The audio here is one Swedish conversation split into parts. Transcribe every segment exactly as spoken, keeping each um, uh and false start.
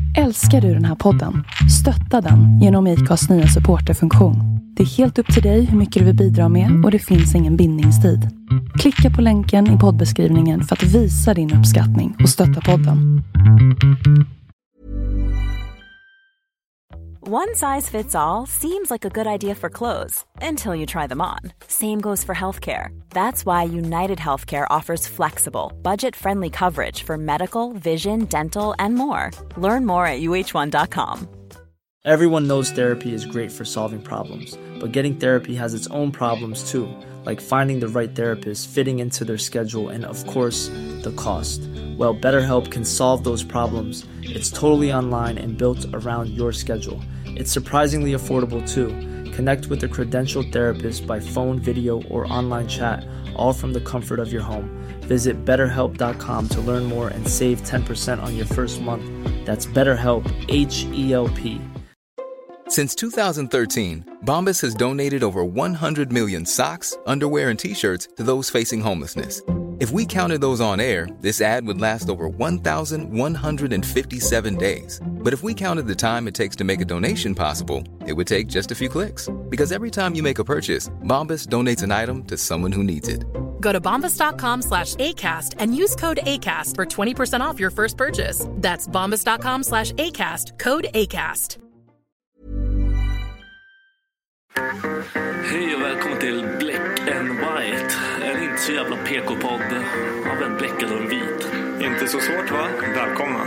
Älskar du den här podden? Stötta den genom I C A:s nya supporterfunktion. Det är helt upp till dig hur mycket du vill bidra med och det finns ingen bindningstid. Klicka på länken i poddbeskrivningen för att visa din uppskattning och stötta podden. One size fits all seems like a good idea for clothes until you try them on. Same goes for healthcare. That's why United Healthcare offers flexible, budget-friendly coverage for medical, vision, dental, and more. Learn more at U H one dot com. Everyone knows therapy is great for solving problems, but getting therapy has its own problems too, like finding the right therapist, fitting into their schedule, and of course, the cost. Well, BetterHelp can solve those problems. It's totally online and built around your schedule. It's surprisingly affordable too. Connect with a credentialed therapist by phone, video, or online chat, all from the comfort of your home. Visit better help dot com to learn more and save ten percent on your first month. That's BetterHelp, H E L P. Since two thousand thirteen, Bombas has donated over one hundred million socks, underwear, and T-shirts to those facing homelessness. If we counted those on air, this ad would last over one thousand one hundred fifty-seven days. But if we counted the time it takes to make a donation possible, it would take just a few clicks. Because every time you make a purchase, Bombas donates an item to someone who needs it. Go to bombas.com slash ACAST and use code ACAST for twenty percent off your first purchase. That's bombas.com slash ACAST, code ACAST. Hej och välkommen till Black and White. En inte så jävla P K-podd av en bläckad och en vit. Inte så svårt, va? Välkomna.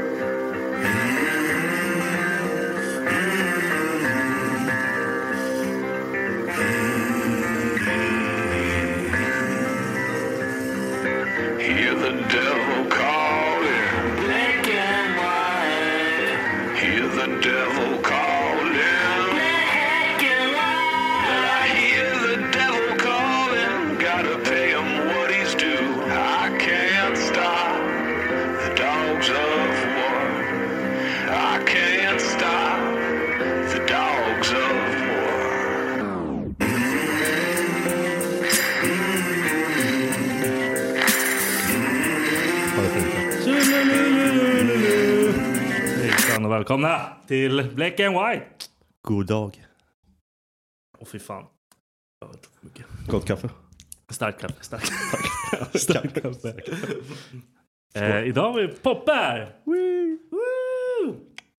Hear the devil calling. Black and white. Hear the devil calling. Hejsan och välkomna till Black and White. God dag. Åh fy fan. Jag vet inte för mycket. Gott kaffe. Stark kaffe. Stark kaffe. Stark kaffe. eh, idag har vi Poppe här. Woo! Woo!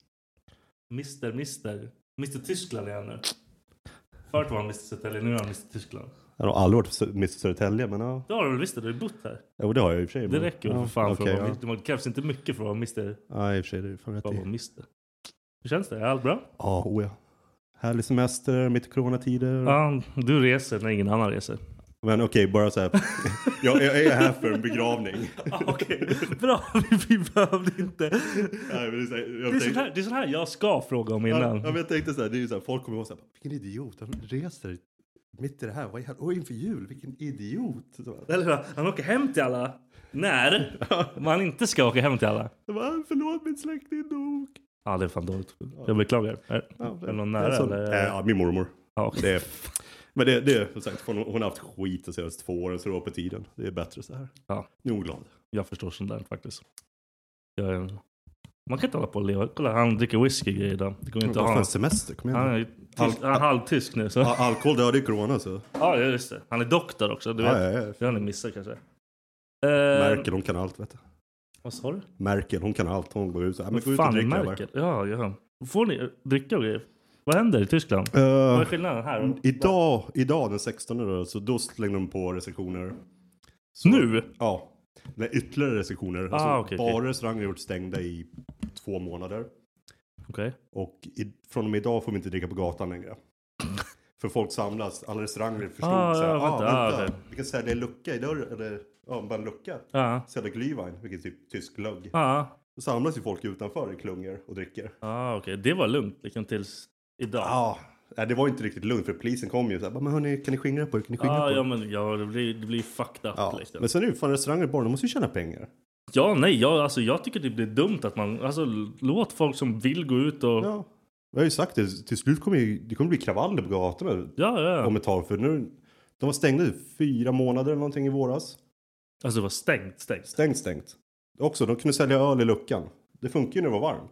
Mister, Mister. Mister Tyskland är han nu. Förut var han Mister Södertälje, nu är han Mister Tyskland. Jag har aldrig varit Mister Södertälje, men ja. Det har du väl visst, du har ju bott här. Jo, det har jag i och för sig. Det räcker ju ja, för fan okay, för att ja. vara, det krävs inte mycket för att vara Mister. Ja, i och för sig, det är fan rätt i. Mister. Hur känns det? Är allt bra? Ja, oh ja. Härlig semester, mitt i coronatider. Ja, du reser när ingen annan reser. Men okej, okay, bara så här. jag, jag är här för en begravning. Okej, okay. Bra. Vi behövde inte. Nej, men det är så här, jag det, är tänkte... så här, det är så här jag ska fråga om innan. Ja, men jag tänkte så här, det är ju så här, folk kommer ihåg så här, vilken idiot, han reser mitt i det här. Vad är han? Oj, inför jul, vilken idiot. Eller han åker hem till alla. När man inte ska åka hem till alla. Det var, förlåt, min släkting dog. Ja, det är fan dåligt. Jag beklagar. Är, ja, det, är någon nära? så, eller? Ja, min mormor. Ja, okay. Det är, men det, det är sagt, hon, hon har haft skit de senaste två åren, så det var på tiden. Det är bättre så här. Ja. Nu är hon glad. Jag förstår sånt där faktiskt. Jag är, man kan inte hålla på och leva. Kolla, han dricker whisky grejer idag. Det går inte att ha en semester, kom igen. Han är, tysk, han är halvtysk nu. Så. Al- alkohol dödar ju corona, så. Ja, just det. Han är doktor också. Du ja, vet. Ja, ja, ja. Det har ni missat kanske. Merkel, hon kan allt, vet du. Vad sa du? Merkel, hon kan allt. Hon går ut så här. Men vad fan är Merkel? Ja, ja. Får ni dricka och grejer? Vad händer i Tyskland? Uh, Vad är skillnaden här? Idag, idag den sextonde då, så då slänger de på restriktioner. Så, nu? Ja. Nej, ytterligare restriktioner. Ah, alltså, okay, bara okay. restauranger har gjort stängda i två månader. Okej. Okay. Och i, från och med idag får vi inte dricka på gatan längre. För folk samlas, alla restauranger förstod ah, så här, ja, ah, vänta, vänta, ah, okay. vi kan sälja en lucka i dörren, eller ja, bara en lucka. Ah. Sälja glühwein, vilket är typ tysk lögg. Ah. Då samlas ju folk utanför i klungor och dricker. Ja, ah, okej. Okay. Det var lugnt liksom tills idag. Ja, ah, det var inte riktigt lugnt för polisen kom ju så här, men hörni, kan ni skingra på er? Kan ni skingra ah, på er? Ja, men ja, det blir, det blir fucked up ja. liksom. Men sen nu, fan restauranger bara, de måste ju tjäna pengar. Ja, nej, jag, alltså, jag tycker det blir dumt att man, alltså låt folk som vill gå ut och... Ja, jag har ju sagt det, till slut kommer ju, det kommer bli kravaller på gatorna ja, ja. om ett tag. För nu, de var stängda i fyra månader eller någonting i våras. Alltså det var stängt, stängt. Stängt, stängt. Också, de kunde sälja öl i luckan. Det funkar ju när det var varmt.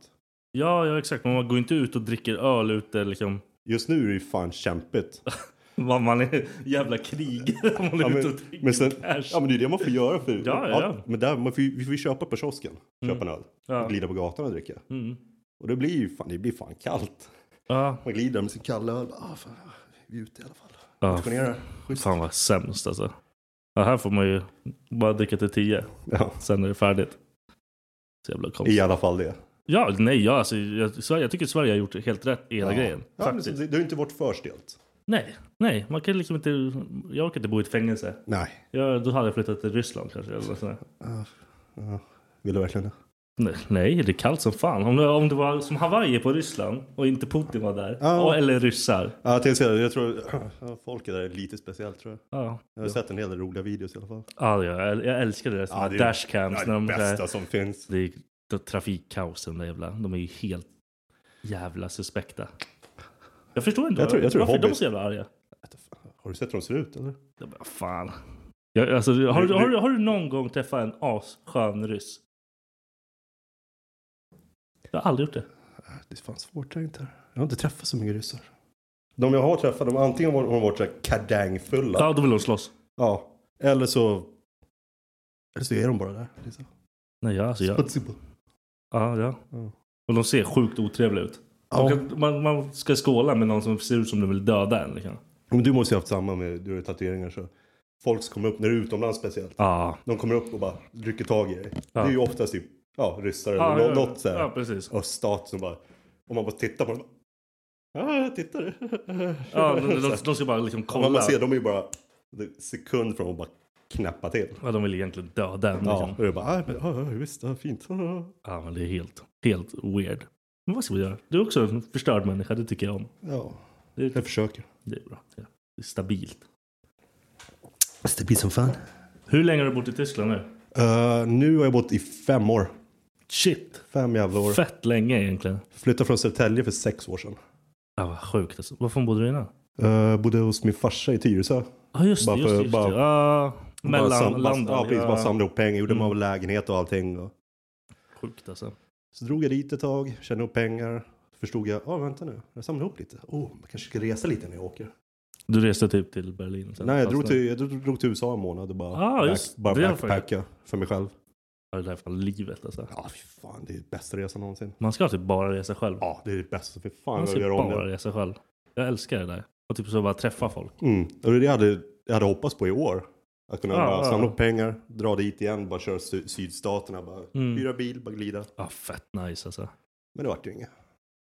Ja, ja, exakt. Men man går inte ut och dricker öl ute liksom. Just nu är det ju fan kämpigt. Man, man är jävla krig. Man är Ja, ute men, och dricker men sen, cash. ja men det är det man får göra för. Ja, ja, ja. Men där, man får, ju- vi får ju köpa på kiosken. Köpa en öl. Ja. Och glida på gatan och dricka. Mm. Och det blir ju fan, det blir fan kallt. Ja. Man glider med sin kalla öl. Ah, fan, vi är ute i alla fall. Ja. Motionera. Fan vad sämst alltså. Ja, här får man ju bara dricka till tio. Ja, Sen är det färdigt. Så jävla konstigt. i alla fall det. Ja, nej, ja, alltså, jag, Sverige, jag tycker Sverige har gjort helt rätt i hela Ja. grejen. Ja, men Faktiskt. det, det har ju inte varit för stelt. Nej, nej, man kan liksom inte... Jag orkar inte bo i ett fängelse. Nej. Jag, då hade jag flyttat till Ryssland kanske. Eller sådär. Ja, ja. Vill du verkligen det? Nej, nej, det är kallt som fan. Om det, om det var som Hawaii på Ryssland och inte Putin var där. Ja. Och, eller ryssar. Ja, jag tänkte säga, jag tror ja, folket där är lite speciellt tror jag. Ja, Jag har sett en hel del roliga videos i alla fall. ja jag, jag älskar det där. Ja, det är- Dashcams. Ja, när det de, bästa som finns. det är det är trafikkaosen där jävla. De är ju helt jävla suspekta. Jag förstår inte Jag tror- jag tror varför de är hobbies- så jävla arga. Har du sett hur de ser ut eller? Jag bara, fan. Jag, alltså, har, du, har, du, har du någon gång träffat en asskön ryss? Jag har aldrig gjort det. Det är fan svårt tänkt här. Jag har inte träffat så mycket ryssar. De jag har träffat, de antingen har de varit så här kadangfulla. Ja, då vill de slåss. Ja. Eller så... Eller så är de bara där. Liksom. Nej, ja, alltså, jag, Smutsig på. ja, ja. Ja. Och de ser sjukt otrevliga ut. Ja. Man, kan, man, man ska skåla med någon som ser ut som de vill döda en. Liksom. Men du måste ju ha haft samma med du har tatueringar så. Folk som kommer upp, när du är utomlands speciellt. Ja, De kommer upp och bara rycker tag i dig. Ja. Det är ju oftast typ, ja, ryssar eller ja, nå- ja, något så här. ja, precis. Öststat som bara, om man bara tittar på dem. Ja, jag tittar. Ja, de, de, de ska bara liksom Ja, kolla. man ser, de är ju bara sekund från att bara knäppa till. Ja, de vill egentligen döda en. Ja, Liksom. och det är bara, ah, men, ja, ja, visst, ja, fint. Ja, men det är helt, helt weird. Men vad ska vi göra? Du är också en förstörd människa, det tycker jag om. Ja, Det är, jag försöker. det är bra. Ja. Det är stabilt. Det blir som fan. Hur länge har du bott i Tyskland nu? Uh, nu har jag bott i fem år. Shit. Fem jävla år. Fett länge egentligen. Flyttade från Södertälje för sex år sedan. Ja, vad sjukt alltså. Varför bodde du innan? Uh, bodde hos min farsa i Tyresö. Ja, just det. Bara Just, för- det, just, bara- det. Ja, Bara mellan sam- bara- landen. Ja, precis. Bara samla ihop pengar. Gjorde Mm. man av lägenhet och allting. Och... Sjukt alltså. Så drog jag dit ett tag. Tjänade upp pengar. Förstod jag, ja vänta nu. Jag samlar ihop lite. Åh, oh, man kanske ska resa lite när jag åker. Du reste typ till Berlin? Sen Nej, jag drog, fastnade. till, jag drog, drog till U S A en månad och bara, Ah, just back, bara det. backpacka för mig själv. Ja, det där är fan livet alltså. Ja, fy fan. Det är bästa resan någonsin. Man ska typ bara resa själv. Ja, det är det bästa. För fan Man vad ska jag gör om bara det. resa själv. Jag älskar det där. Och typ så bara träffa folk. Mm. Och det är det jag hade, jag hade hoppats på i år. Att kunna Ja, bara ja. samla upp pengar, dra dit igen, bara köra sy- sydstaterna, bara Mm. hyra bil, bara glida. Ja, fett nice alltså. Men det vart ju inget.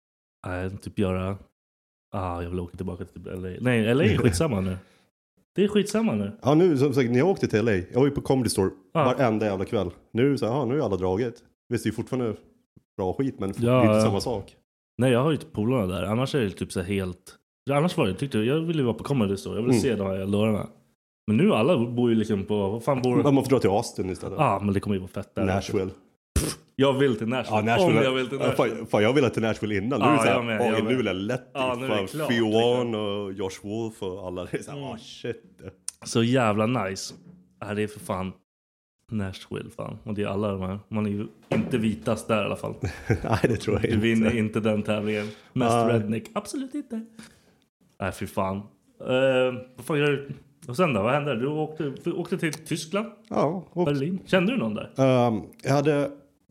Nej, typ göra... Ah, jag vill åka tillbaka till L A. Nej, L A är skitsamma nu. Det är skitsamma nu. Ja, nu som sagt, när jag åkte till L A, jag var ju på Comedy Store Ja. varenda jävla kväll. Nu är det så här, ja, nu är alla draget. Visst, det är ju fortfarande bra skit, men Ja, det är inte ja. samma sak. Nej, jag har ju inte polarna där. Annars är det typ så här helt... Annars var det, tyckte jag, jag ville vara på Comedy Store. Jag ville Mm. se de här lårarna. Men nu alla bor ju liksom på... Vad fan bor... Men man får dra till Austin istället. Ja, ah, men det kommer ju vara fett där. Nashville. Jag vill till Nashville. Ja, Nashville. Om jag vill till Ja, Nashville. fan, fan, jag ville till Nashville innan. Nu Ja, är det så här, jag med, jag åh, med. nu är det lätt. Ja, nu är det Fan, klart, Fionn och Josh Wolf och alla. Det är så här, Mm. åh shit. Så jävla nice. Ja, det är för fan Nashville fan. Och det är alla de här. Man är ju inte vitast där i alla fall. Nej, det tror jag Du inte. vinner inte den tävlingen. Mest Nej. redneck. Absolut inte. Nej, fy fan. Uh, vad fan gör du? Och sen då? Vad hände? Du åkte, du åkte till Tyskland? Ja, och, Berlin? Kände du någon där? um, jag hade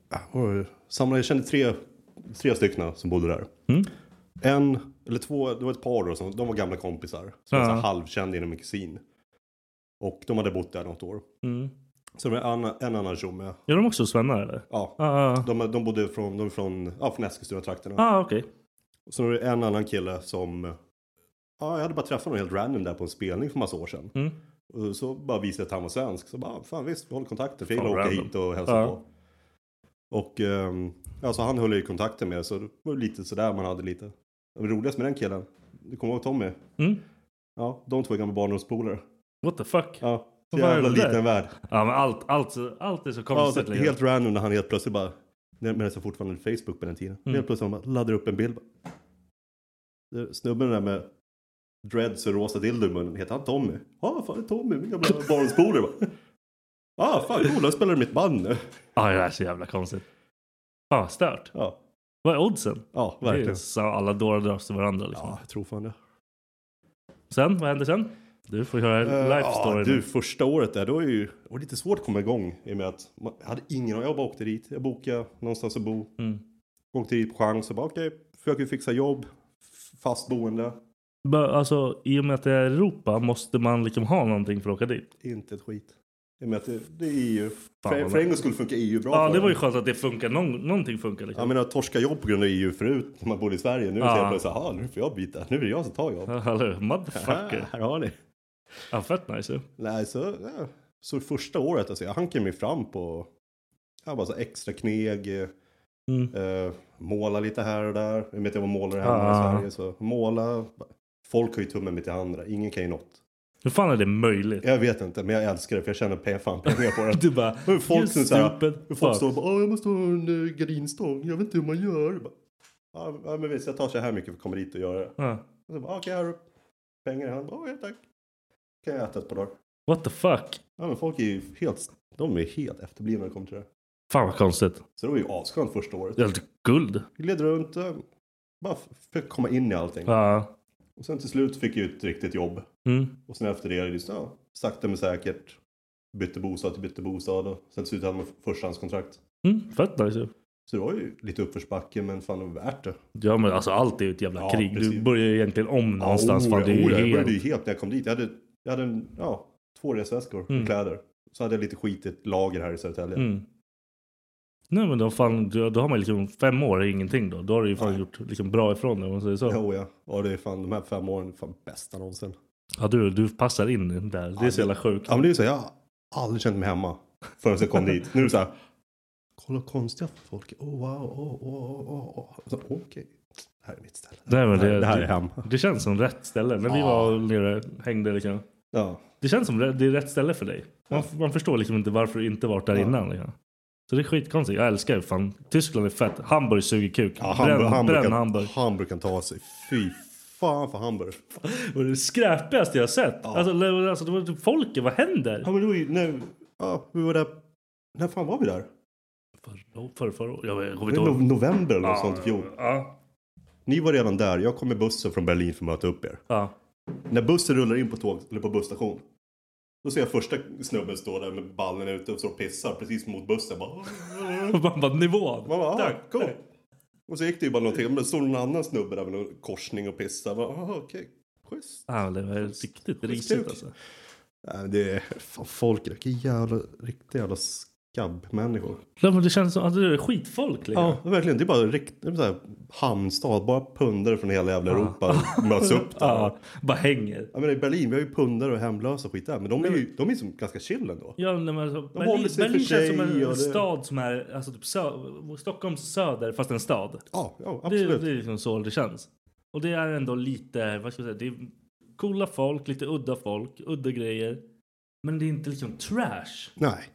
uh, samlade, jag kände tre, tre stycken som bodde där. Mm. En eller två, det var ett par då, som, de var gamla kompisar. Som Ja. var så här halvkända inom min kusin. Och de hade bott där något år. Mm. Så det var en, en annan tjomme. Är de också svennar eller? Ja, Ah, de, de bodde från, de är från, ja, från Eskilstuna-trakterna. ah, okej. Så var det en annan kille som, ja, jag hade bara träffat någon helt random där på en spelning för massa år sedan. Mm. Och så bara visade att han var svensk. Så bara, fan visst, vi håller kontakter. För jag Fan, gillar att åka random. hit och hälsa Ja. på. Och um, ja, så han höll ju kontakten med. Så det var lite sådär man hade lite. Det roligast med den killen, du kommer ihåg Tommy? Mm. Ja, de två är gamla barndomspolare. What the fuck? Ja, Ja, så Vad är jävla det där? liten värld. men allt, allt, allt är så Ja, konstigt. så liksom. helt random när han helt plötsligt bara, medan jag fortfarande hade Facebook på den tiden. Mm. Helt plötsligt han bara laddar upp en bild. Det- Snubben där med dreads och rosa dildo i munnen, heter han Tommy? Ja, ah, fan det är Tommy, min gamla barndomspolare bara. Ja, ah, fan cool, han spelar i mitt band nu. Ja, det är så jävla konstigt. Ja, stört. Ja. Vad är oddsen? Ja, Det är verkligen. så alla dårar dras till varandra. Liksom. Ja, jag tror fan det. Sen, vad hände sen? Du får höra Uh, life ja, story. du, första året där, då är ju, det var lite svårt att komma igång. I och med att man, jag hade ingen, jag bara åkte dit. Jag bokade någonstans att bo. Mm. Åkte dit på chans och bara okej, okay, försöker fixa jobb. Fast boende. Alltså, i och med att det är Europa måste man liksom ha någonting för att åka dit. Inte ett skit. I och med att det, det är E U. Fan, För, vad för en gång skulle funka E U bra. Ja, för det var ju dem. skönt att det funkar. Någon, någonting funkar liksom. Jag menar, torska jobb på grund av E U förut när man bodde i Sverige. Nu Ja. ser jag plötsligt, jaha, nu får jag byta. Nu är det jag som tar jobb. Hallå, motherfucker. Här har ni. Ja, fett nice. Nej, så, ja. Så första året, alltså, jag hankade mig fram på ja, bara så extra kneg. eh, Mm. Eh, måla lite här och där. Jag vet att jag var målare hemma Ah. i Sverige. Så måla. Folk har ju tummen mitt i andra. Ingen kan ju något. Hur fan är det möjligt? Jag vet inte, men jag älskar det. För jag känner pe- fan pengar på det. Du bara, Men folk you som såhär, stupid folk fuck. står och bara, "Åh, jag måste ha en uh, gardinstång. Jag vet inte hur man gör. Bara, ja, ja, men visst, jag tar så här mycket för att komma dit och göra det. Ja. Och så bara, okej, här har du pengar i hand. Åh, ja, tack. Kan jag äta ett par dagar. What the fuck? Ja, men folk är ju helt, de är helt efterblivna när det kommer till det. Fan vad konstigt. Så det var ju asskönt första året. Det är lite guld. Vi ledde runt, uh, bara fick komma in i allting. Ja. Och sen till slut fick jag ett riktigt jobb. Mm. Och sen efter det, just, ja, sakta men säkert. Bytte bostad till bytte bostad. Och sen till slut hade man förstahandskontrakt. Mm. Fett nice. Så det var ju lite uppförsbacke, men fan det var värt det. Ja, men alltså allt är ju ett jävla Ja, krig. Du precis. börjar ju egentligen om någonstans. Ja, Fan, oh, det är ju oh, jag helt... började ju helt när jag kom dit. Jag hade, jag hade en, ja, två resväskor Mm. med kläder. Så hade jag lite skit i ett lager här i Södertälje. Mm. Nej, men då, fan, då, då har man liksom fem år är ingenting då. Då har du ju fan Nej. gjort liksom bra ifrån det, om man säger så. Jo, ja. Och det är fan, de här fem åren är fan bästa någonsin. Ja, du, du passar in där. Det är Ja, så jävla sjukt. Ja, men det är ju så, jag har aldrig känt mig hemma förrän jag kom dit. Nu är det så här, kolla konstiga folk. Oh, wow, oh, oh, oh, oh. Så, okej, okay. Det här är mitt ställe. Nej, men det, det, det här det, är hem. det känns som rätt ställe. När vi Ja. var nere hängde liksom. Ja. Det känns som det det är rätt ställe för dig. Man, man förstår liksom inte varför du inte varit där Ja. innan. Liksom. Så det är skitkonstigt. Jag älskar det. Fan. Tyskland är fett. Hamburg suger kuk. Ja, bränn, Hamburg, Hamburg, bränn kan, Hamburg. Hamburg kan ta sig. Fy fan för Hamburg. Och det skräpigaste jag har sett. Ja. Alltså, det- alltså det var typ folket. Vad händer? Ja, men det var ju när, ja, vi var där. När fan var vi där? För, för, för, jag kommer Det inte var ihåg. no- november eller något Ja, sånt i fjol. Ja. Ni var redan där. Jag kom med bussen från Berlin för att möta upp er. Ja. När bussen rullar in på tåg eller på busstation. Då ser jag första snubben stå där med ballen ute och så pissar precis mot bussen. Bara, Man bara, nivån. man bara, Tack. ah, cool. Och så gick det ju bara någonting. Men det stod någon annan snubbe där med någon korsning och pissar. Bara, ah, okej, okay. Schysst. Ja, det var riktigt Schysst risigt kuk. alltså. Nej, det är fan, folk. Det är jävla, riktigt jävla skabbmänniskor. Ja, men det känns som att det är skitfolk. Liksom. Ja, verkligen. Det är bara rikt, det är så här, hamnstad. Bara pundare från hela jävla Europa möts upp där. Ja, bara hänger. Jag menar, i Berlin, vi har ju pundare och hemlösa och skit där. Men de är ju de är som ganska chill ändå. Ja, nej, men alltså, håller Berlin, sig för Berlin känns som sig en och det- stad som är alltså, typ sö- Stockholms söder, fast en stad. Ja, ja Det, absolut. det är liksom så det känns. Och det är ändå lite, vad ska jag säga, det är coola folk, lite udda folk, udda grejer. Men det är inte liksom trash. Nej.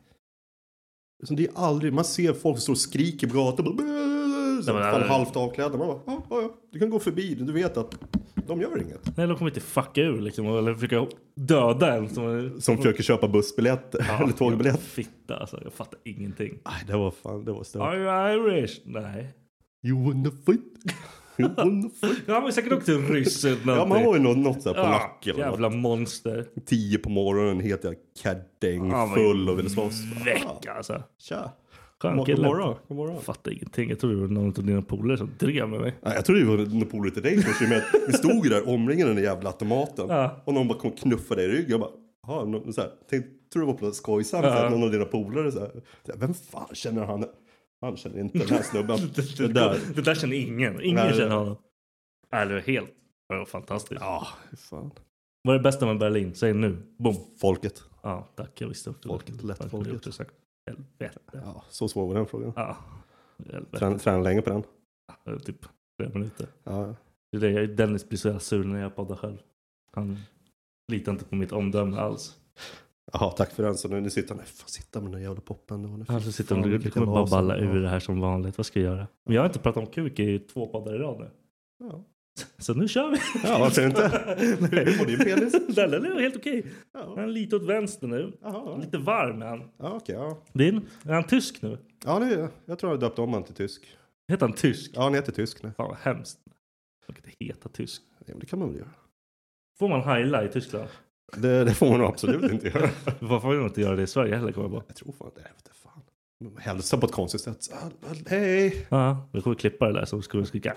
Så det är aldrig, man ser folk som står och skriker på gatan. Bara, så men- fan halvt avklädda. Man bara, ja, ja, ja, du kan gå förbi. Du vet att de gör inget. Nej, de kommer inte fucka ur liksom, eller försöka döda en. Som, Som försöker köpa bussbiljetter Ja, eller tågbiljetter. Fitta, alltså. Jag fattar ingenting. Nej, det var fan, det var stört. Are you Irish? Nej. You wanna fight? You wanna fight? Ja, men säkert också en ryss eller Ja, man var ju något, något så här på Ja, nacken. eller jävla något. monster. Tio på morgonen, helt jävla kardäng, Ja, men full och ville slåss. Väck alltså. Tja. Skön God kille. morgon. God morgon. Jag fattar ingenting. Jag tror det var någon av dina polare som drev med mig. Ja, jag trodde det var något polare till dig först. Men vi stod ju där omringade den jävla automaten. Ja. Och någon bara kom och knuffade dig i ryggen. Jag bara, jaha, nå- så här, tänkte, tror det var på skojsamt. Ja. Ja. Någon av dina polare så här. Så här, vem fan känner han? Han känner inte den här snubben. det, det där. det där känner ingen. Ingen Nej, känner det- honom. Nej, det var helt det var fantastiskt. Ja, fan. Vad är det bästa med Berlin? Säg nu. Boom. Folket. Ja, tack. Jag visste också. Folket, lätt Tack, folket. jag också sagt. Helvete. Ja, så svår var den frågan. Ja. Helvete. Träna, träna länge på den. Ja, typ flera minuter. Ja. Det är det. jag- Dennis blir så jävla sur när jag poddar själv. Han litar inte på mitt omdöme alls. Jaha, tack för den. Så nu, nu sitter han. Fan, sitta med den jävla poppen. Nu. Han så sitter Fan, och det vilket kommer bara kalas. balla Ja. ur det här som vanligt. Vad ska jag göra? Men jag har inte pratat om kuk i två poddar i rad nu. Ja. Så nu kör vi. Ja, varför inte? Nej. Och din penis? Den är helt okej. Ja. Han är lite åt vänster nu. Jaha. Lite varm är han. Ja, okej. Ja. Din? Är han tysk nu? Ja, det är, jag tror jag döpte om han till tysk. Heter han tysk? Ja, han heter tysk. Nej. Fan vad hemskt. Man kan inte heta tysk. Ja, men det kan man väl göra. Får man heila i Tyskland? Det, det får man nog absolut inte göra. Varför får man inte göra det i Sverige heller? Kommer jag bara. Jag tror fan det. Efter fan. Hälsa på ett konstigt sätt. Hej! Ja, vi kommer klippa det där så ska vi skrika.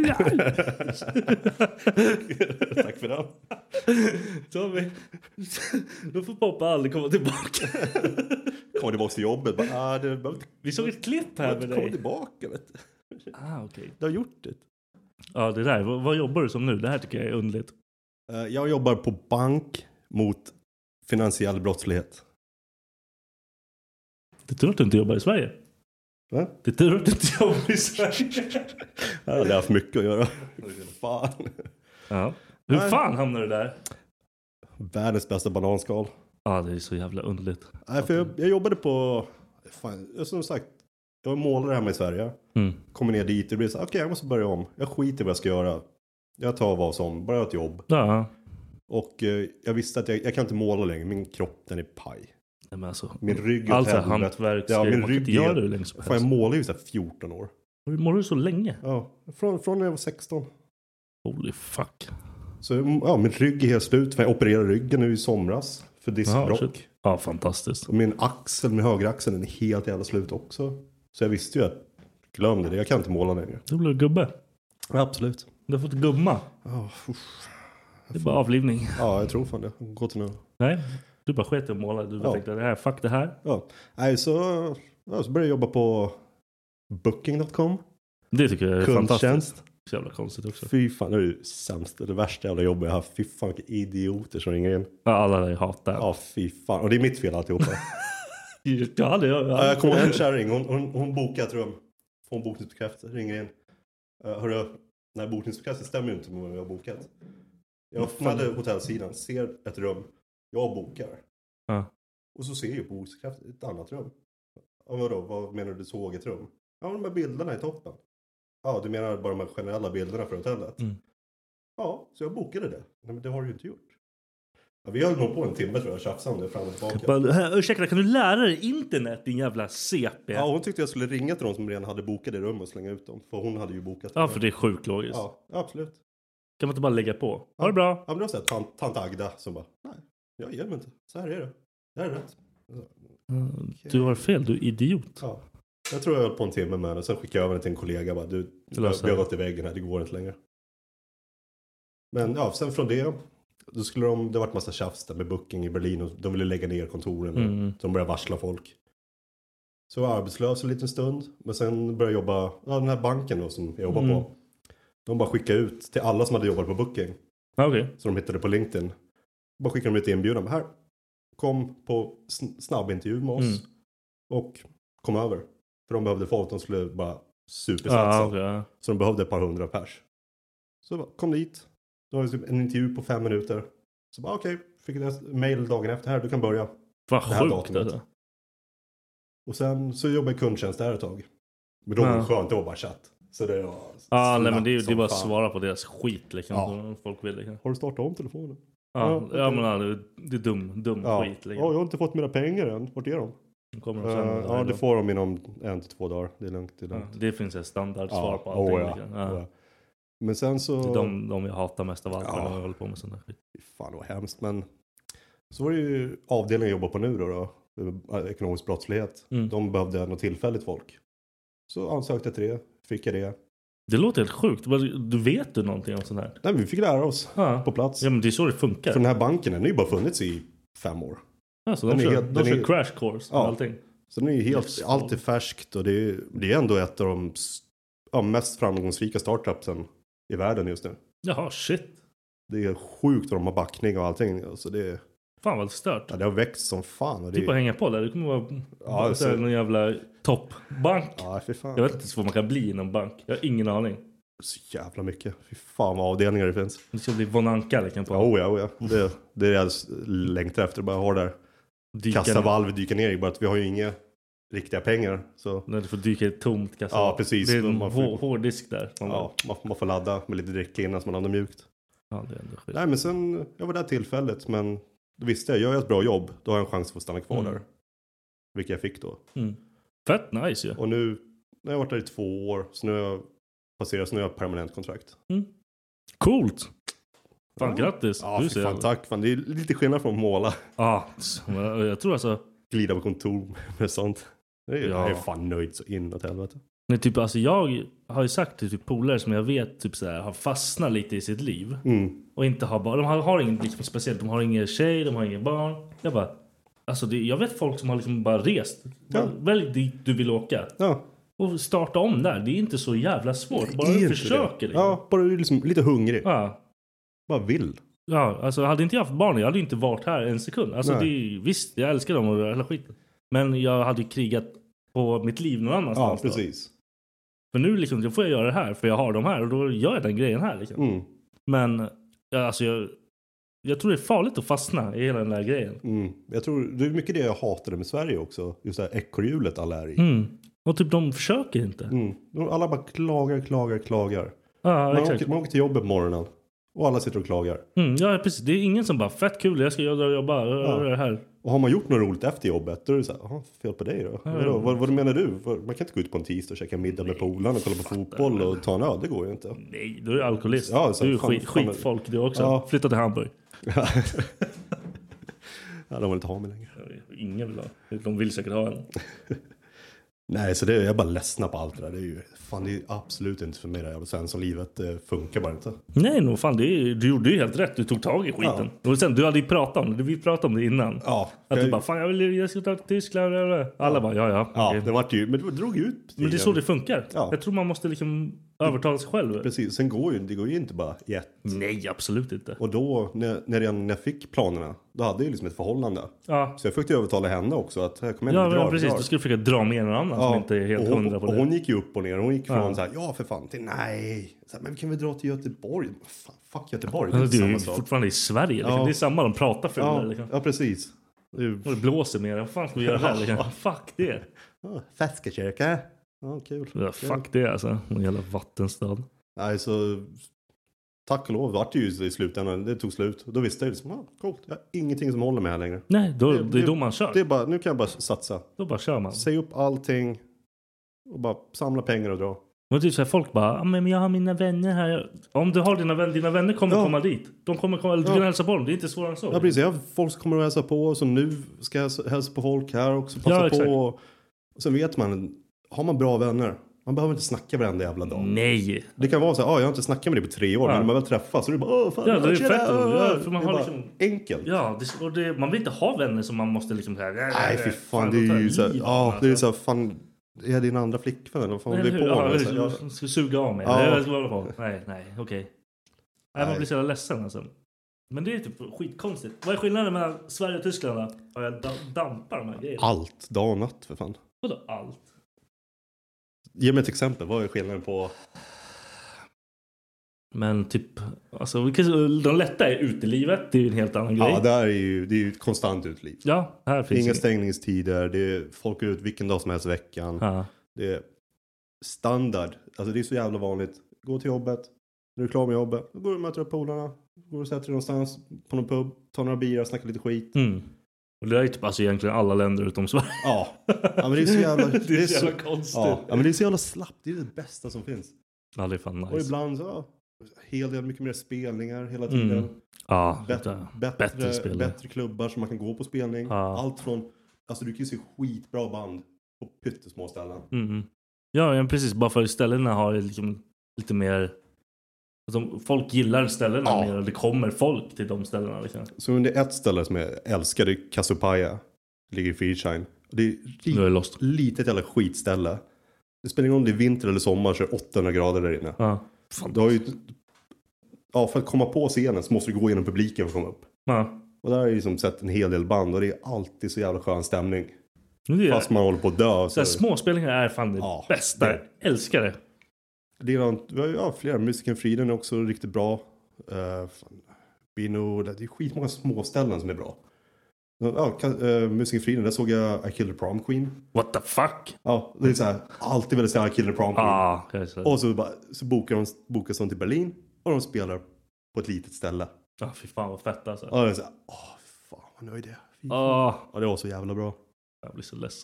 Tack för det. Så vi. Då får Poppa aldrig komma tillbaka. Kommer tillbaka till jobbet. Bara, ah, det, bara, Vi såg ett klipp här med dig. Kom tillbaka, vet du. Ah, okej. Okay. Du har gjort det. Ja, det där. Vad, vad jobbar du som nu? Det här tycker jag är underligt. Uh, jag jobbar på bank mot finansiell brottslighet. Det är tur att du inte jobbar i Sverige. Va? Det är tur att du inte jobbar i Sverige. Jag hade haft mycket att göra. Fan. Ja. Hur Nej. fan hamnar du där? Världens bästa bananskal. Ja, det är så jävla underligt. Nej, för jag, jag jobbade på... Fan, som sagt, jag var målare hemma i Sverige. Mm. Kommer ner dit och det blir så okej, okay, jag måste börja om. Jag skiter i vad jag ska göra. Jag tar vad som, bara ett jobb. Ja. Och eh, jag visste att jag, jag kan inte måla längre. Min kropp, den är paj. Men alltså, Min rygg är allt helvete. hantverk. Ja, min man rygg gör är... det länge som Fan, jag helst. målar ju så här fjorton år. Hur målar du så länge? Ja, från, från när jag var sexton. Holy fuck. Så ja, min rygg är helt slut. För jag opererade ryggen nu i somras. För Ja, diskbråck. shit. Ja, fantastiskt. Och min axel, min högra axel, den är helt jävla slut också. Så jag visste ju att, glömde det, jag kan inte måla längre. Du blir gubbe. Ja, absolut. Du har fått gumma. Oh, usch. Det är bara avlivning. Ja, jag tror fan det. Gå till nu. Nej, du bara sket i att måla. Du bara Ja. tänkte, det här, fuck det här. Ja, nej så, ja, så började jag jobba på booking dot com. Det tycker jag är fantastiskt. Kundtjänst. Så jävla konstigt också. Fy fan, det är det sämsta, det värsta jävla jobbet jag har haft. Fy fan, vilka idioter som ringer in. Ja, alla där hatar. Ja, fy fan. Och det är mitt fel alltihopa. Jag hade jag. Ja, jag kommer ihåg en kärring, hon, hon, hon bokar ett rum. Får en bokningsbekräftelse, ringer in. Uh, hörru, den här bokningsbekräftelsen stämmer ju inte med vad jag har bokat. Jag öppnade hotellsidan, ser ett rum. Jag bokar. Ja. Och så ser jag på bokningsbekräftelsen ett annat rum. Ja, vadå, vad menar du, såg ett rum? Ja, de här bilderna i toppen. Ja, du menar bara de här generella bilderna för hotellet? Mm. Ja, så jag bokade det. Nej, men det har du ju inte gjort. Ja, vi höll nog på en timme tror jag, tjafsade om det fram och tillbaka. Bara, ursäkta, kan du lära dig internet, din jävla C P? Ja, hon tyckte jag skulle ringa till dem som redan hade bokat det rummet och slänga ut dem. För hon hade ju bokat det. Ja, för det är sjukt logiskt. Ja, absolut. Kan man inte bara lägga på? Ja. Ha det bra. Ja, men det var så här, tant, tant Agda som bara, nej, jag ger mig inte. Så här är det. Det här är rätt. Mm, Du har fel, du är idiot. Ja. Jag tror jag höll på en timme med henne. Sen skickade jag över den till en kollega. Bara, du, vi har gått i väggen här, det går inte längre. Men ja, sen från det. Då skulle de, det varit massa tjafs där med booking i Berlin. Och de ville lägga ner kontoren. Mm. De började varsla folk. Så jag var arbetslös en liten stund. Men sen började jag jobba, ja, den här banken då som jag jobbar Mm. på. De bara skickade ut till alla som hade jobbat på booking. Ja, okej. Så de hittade på LinkedIn. Bara skickade de ut inbjudan. Här, kom på sn- snabbintervju med oss. Mm. Och kom över. För de behövde folk, de skulle bara supersatsa. Ja, okej, ja. Så de behövde ett par hundra pers. Så bara, kom dit. Då var det en intervju på fem minuter. Så bara okej, okay, fick ett mail dagen efter. Här, du kan börja. Vad Det här sjukt datumet. alltså. Och sen så jobbade jag kundtjänst där ett tag. Men då var det Ja. skönt, det var bara chatt. Så det var Ja, nej, men det är ju snabbt det är bara att som fan. svara på deras skit liksom. Ja. Som folk vill liksom. Har du startat om telefonen? Ja, Ja, ja okej. men ja, det, det är dum, dum Ja. skit Ja, liksom. jag har inte fått mina pengar än. Vart är de? De kommer Uh, de sen, ja, det får de inom en till två dagar. Det är lugnt. Det är ja, lugnt. det finns ett standardsvar Ja, på allting. åh, ja. liksom. Ja. Åh, ja. Men sen så... Det är de, de jag hatar mest av allt Ja. när jag håller på med sånt där skit. Fy fan, det var hemskt. Men så var det ju avdelningen jag jobbar på nu då. då ekonomisk brottslighet. Mm. De behövde något tillfälligt folk. Så ansökte jag till det. Fick jag det. Det låter helt sjukt. Vad- Du vet du någonting om sånt här? Nej, men vi fick lära oss Ja. på plats. Ja, men det är så det funkar. För den här banken, den har ju bara funnits i fem år. Alltså, den de är kör, helt- de den kör är- crash course och Ja. allting. Så den är ju helt, Livsfarligt. allt är färskt. Och det är, det är ändå ett av de s- ja, mest framgångsrika startupsen i världen just nu. Jaha, shit. Det är sjukt vad de har backning och allting. Alltså det, är, Fan vad stört. ja, det har växt som fan. Och det, Typ att hänga på där. Det kommer vara Ja, ja, så- någon jävla toppbank. ja, fy fan. Jag vet inte ens vad man kan bli inom bank. Jag har ingen aning. Så jävla mycket. Fy fan vad avdelningar det finns. Det ska bli Von Anka liksom på. Ja, oh ja, oh ja. Det, det är det jag längtar efter. Bara ha där. Dyka Kassavalv dyka ner i. Bara att vi har ju inga riktiga pengar. Så När du får dyka i ett tomt kassa. Ja, precis. Det är en Man får- hår, hård disk där. Man bara, ja, man, man får ladda med lite dricka innan så man har mjukt. ja, det är ändå skit. Nej, men sen, jag var där tillfället. Men då visste jag, gör jag ett bra jobb. Då har jag en chans att få stanna kvar Mm. där. Vilket jag fick då. Mm. Fett nice ju. Och nu jag har varit där i två år. Så nu har jag passerat, så nu har jag permanent kontrakt. Mm. Coolt. Fan, ja. grattis. Ja, du för fan, tack. Fan, det är lite skillnad från att måla. Ja, jag tror alltså... Glida på kontor med sånt. Jag är, Ja. jag är fan nöjd så inåt helvete. Men typ, alltså jag har ju sagt till typ polare som jag vet typ så här, har fastnat lite i sitt liv. Mm. Och inte har bara... De har, har inget liksom speciellt. De har ingen tjej, de har ingen barn. Jag bara... Alltså det, jag vet folk som har liksom bara rest. Ja. Bara, välj dit du vill åka. Ja. Och starta om där. Det är inte så jävla svårt. Bara Det är du inte försöker. det. Liksom. Ja, bara du är liksom lite hungrig. Ja. Bara vill. Ja, alltså hade inte jag haft barn, jag hade inte varit här en sekund. Alltså det, är- visst, jag älskar dem och hela skiten. Men jag hade krigat på mitt liv någon Ja, annanstans. då. precis. För nu liksom, då får jag göra det här, för jag har dem här. Och då gör jag den grejen här liksom. Mm. Men, ja, alltså jag... Jag tror det är farligt att fastna i hela den där grejen. Mm. Jag tror, det är mycket det jag hatade med Sverige också. Just det här ekorrhjulet alla är i. Mm. Och typ de försöker inte. Mm. Alla bara klagar, klagar, klagar. Ja, Man exakt. åker, man åker till jobbet på morgonen. Och alla sitter och klagar. Mm, ja, precis. Det är ingen som bara, fett kul, jag ska göra jobba ja. det här. Och har man gjort något roligt efter jobbet, då är det så här, jaha, fel på dig då. Mm. Vadå? Vad, vad menar du? Man kan inte gå ut på en tisdag och käka middag med polarna och kolla på fotboll och ta en öl. Det går ju inte. Nej, du är alkoholist. Ja, så du är fan- skit, fan- skitfolk du också. Ja. Flytta till Hamburg. Ja, de vill inte ha mig längre. Ingen vill ha. De vill säkert ha en. Nej, så det, jag är bara ledsna på allt det där. Det är ju, fan, det är absolut inte för mig det jävla Svensson-livet. Det funkar bara inte. Nej, no, fan, det är, du gjorde ju helt rätt. Du tog tag i skiten. Och sen, du hade ju pratat om det. Vi pratade om det innan. Ja. Att jag, du bara, fan jag, vill, jag ska ta till Tyskland. Alla bara, ja ja. ja, okej. det vart ju, men det drog ut. Men det är så det funkar. Ja. Jag tror man måste liksom övertala sig själv. Precis, sen går ju, det går ju inte bara i ett. Nej, absolut inte. Och då, när, när, jag, när jag fick planerna, då hade jag ju liksom ett förhållande. Ja, Så jag försökte övertala henne också att, här, kom igen, ja vi drar, men precis. drar. Du skulle försöka dra med någon annan som inte är helt och hon, hundra på och det. hon gick ju upp och ner. Hon gick från Ja. så här, ja för fan, till nej. Så här, men vi kan väl dra till Göteborg. Fan, fuck Göteborg, det Ja, är det är ju samma sak. fortfarande i Sverige. Liksom. Ja. Det är samma, de pratar för Ja, det. Liksom. ja, precis. Det är ju- Och det blåser mer. Vad fan ska vi göra här? Liksom? Fuck det. Ja, Feskekyrka. Ja, kul. Ja, fuck det alltså. En jävla vattenstad. Nej, så tack och lov vart det ju i slutändan. Det tog slut. Då visste jag liksom, ah, coolt. Jag har ingenting som håller mig här längre. Nej, då, Det- det är det- då man kör. Det är bara, nu kan jag bara satsa. Då bara kör man. Säg upp allting. Och bara samla pengar och dra. Men typ så här, folk bara, ah, men jag har mina vänner här. Om du har dina vänner, dina vänner kommer Ja. komma dit. De kommer komma, eller du Ja. kan hälsa på dem. Det är inte svårare än så. Ja, precis. Jag har folk som kommer att hälsa på. Så nu ska jag hälsa på folk här också. Passa Ja, exakt. på. Och, och sen vet man, har man bra vänner. Man behöver inte snacka varenda jävla dag. Nej. Det kan vara så här, ah, jag har inte snackat med dig på tre år. Ja. Men när man väl träffas så är det bara, åh fan. Ja, det är tjena, fett. åh, Ja, för man det är har bara liksom- enkelt. Ja, det, och det, man vill inte ha vänner som man måste liksom... Här, Nej, fy fan. Det är ju så här, ja, det är så här, fan. Är din andra flickvän eller vad fan håller vi på Ja, med? Så här, ja, ja. jag ska suga av mig. Ja. Ja. Jag ska hålla på. Nej, nej, okej. Nej, man Nej. blir så jävla ledsen alltså. Men det är typ skitkonstigt. Vad är skillnaden mellan Sverige och Tyskland då? Har jag da- dampar de här grejerna? Allt, dag och natt för fan. Vadå allt? Ge mig ett exempel, vad är skillnaden på... Men typ, alltså vilka- de lätta är utelivet. Det är ju en helt annan grej. Ja, där är ju, det är ju ett konstant utliv. Ja, här finns Inga det. stängningstider, det är folk går ut vilken dag som helst i veckan. Ja. Det är standard, alltså det är så jävla vanligt. Gå till jobbet, när du är klar med jobbet, då går du och möter upp polarna. Går och sätter dig någonstans på någon pub, tar några bira, snackar lite skit. Mm. Och det är typ alltså egentligen alla länder utom Sverige. Ja, ja men det är så jävla... Det är så jävla konstigt. Ja, ja, men det är så jävla slappt, det är det bästa som finns. Ja, det är fan Och nice. ibland så, ja, hel del mycket mer spelningar hela tiden. Mm. Ja, Bet- det- bättre, bättre spel. bättre klubbar som man kan gå på spelning. Ja. Allt från, alltså du kan ju se skitbra band på pyttesmå ställen. Mm. Ja, men precis. Bara för att ställena har liksom lite mer... Alltså, folk gillar ställena Ja. mer och det kommer folk till de ställena. Liksom. Så under ett ställe som jag älskar, det är Cassiopeia. Ligger i Friedrichshain. Det är Nu är jag lost. ett litet jävla skitställe. Det spelar ingen roll om det är vinter eller sommar så är det åttahundra grader där inne. Ja. Du har ju, ja, för att komma på scenen så måste du gå igenom publiken för att komma upp. Ja. Och där har jag liksom sett en hel del band och det är alltid så jävla skön stämning. Men det är, Fast man håller på att dö. så här, småspelningar är fan det Ja, bästa. det- Jag älskar det. Det är någon, vi har ju, ja, flera. Musiken Friden är också riktigt bra. Uh, fan, Bino, det är skitmånga småställen som är bra. Ja, uh, Musiken Friden, där såg jag I Killed the Prom Queen. What the fuck? Ja, det är så här, alltid väldigt säga I Killed the Prom Queen. Ah, okay, så. Och så, bara, så bokar de, bokas de till Berlin och de spelar på ett litet ställe. Ah, fy fan vad fett alltså. Och det är så här, åh, fan vad nöjd jag är. Fy fan. Ah, Ja, det var så jävla bra. jag blir så ledsen.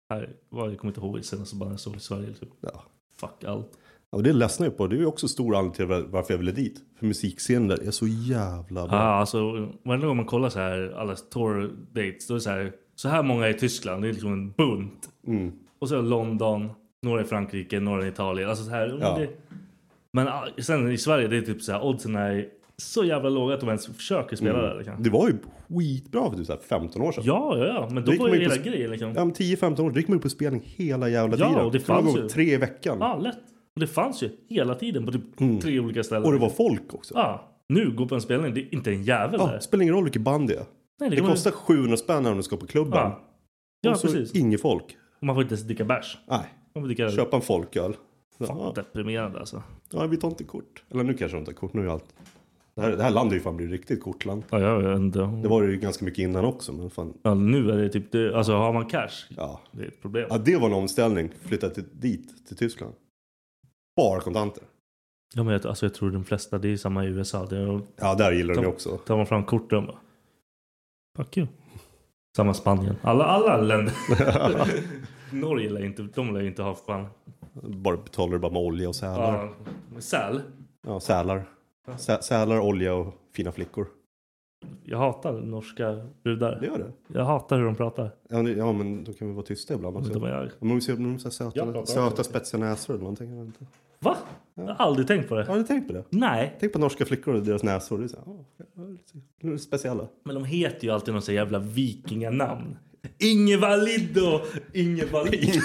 Här var jag kommer inte ihåg senast bara jag såg i Sverige typ. Ja. Fuck allt. Ja, det ledsnar jag på. Det är ju också stor anledning till varför jag ville dit. För musikscenen där är så jävla bra. Ja, alltså varje gång man kollar så här alla tour dates då är det så här så här många i Tyskland, det är liksom en bunt. Mm. Och så London, några i Frankrike, några i Italien, alltså så här. Ja. Det, men sen i Sverige det är typ så här oddsen är så jävla låga att de ens försöker spela Mm. där liksom. Det var ju skitbra för typ så här femton år sedan. Ja, ja, ja, men då gick var man ju ju hela på- grejen liksom. Ja, men tio femton år, då gick man upp på spelning hela jävla Ja, tiden. och det Kunde fanns gå ju. tre i veckan. Ja, lätt. Och det fanns ju hela tiden på typ Mm. tre olika ställen. Och det var folk också. Ja, nu går på en spelning, det är inte en jävel Ja, där. det spelar ingen roll vilket band det är. Nej, Det, kan man- kostar sjuhundra spänn när du ska på klubben. Ja, ja och så precis. inget folk. Och man får inte ens dricka bärs. Nej, Man får dricka köpa en folköl. fan, Ja. deprimerande alltså. Ja, vi tar inte kort. Eller nu kanske de tar kort, nu är allt. Det här, det här landet är ju fan blivit riktigt kortland. Ja, jag vet inte. Det var det ju ganska mycket innan också, men fan. Ja, nu är det typ, det, alltså har man cash, Ja. det är ett problem. Ja, det var en omställning. Flytta till, dit, till Tyskland. Bara kontanter. Ja, men jag, alltså, jag tror de flesta, det är samma i U S A. Det är, Ja, där gillar de Ta- ju också. tar man fram korten bara. Fuck you. Samma Spanien. Alla, alla länder. Norge lär inte, de lär inte ha fan. Bara betalar du bara med olja och sälar. Ja, säl. Ja, sälar. Sä, sälar, olja och fina flickor. Jag hatar norska brudar. Det gör det. Jag hatar hur de pratar. Ja, det- ja men då kan vi vara tysta ibland också. De är, De måste de måste säga Jag söta, pratar söta också. spetsiga näsor eller någonting. Jag vet inte. va? Jag har aldrig tänkt på det. Har du tänkt på det? Nej. Tänk på norska flickor och deras näsor. Det är så här, åh, ja, de är speciella. Men de heter ju alltid någon så jävla vikinganamn. Ingevalido! Ingevalido!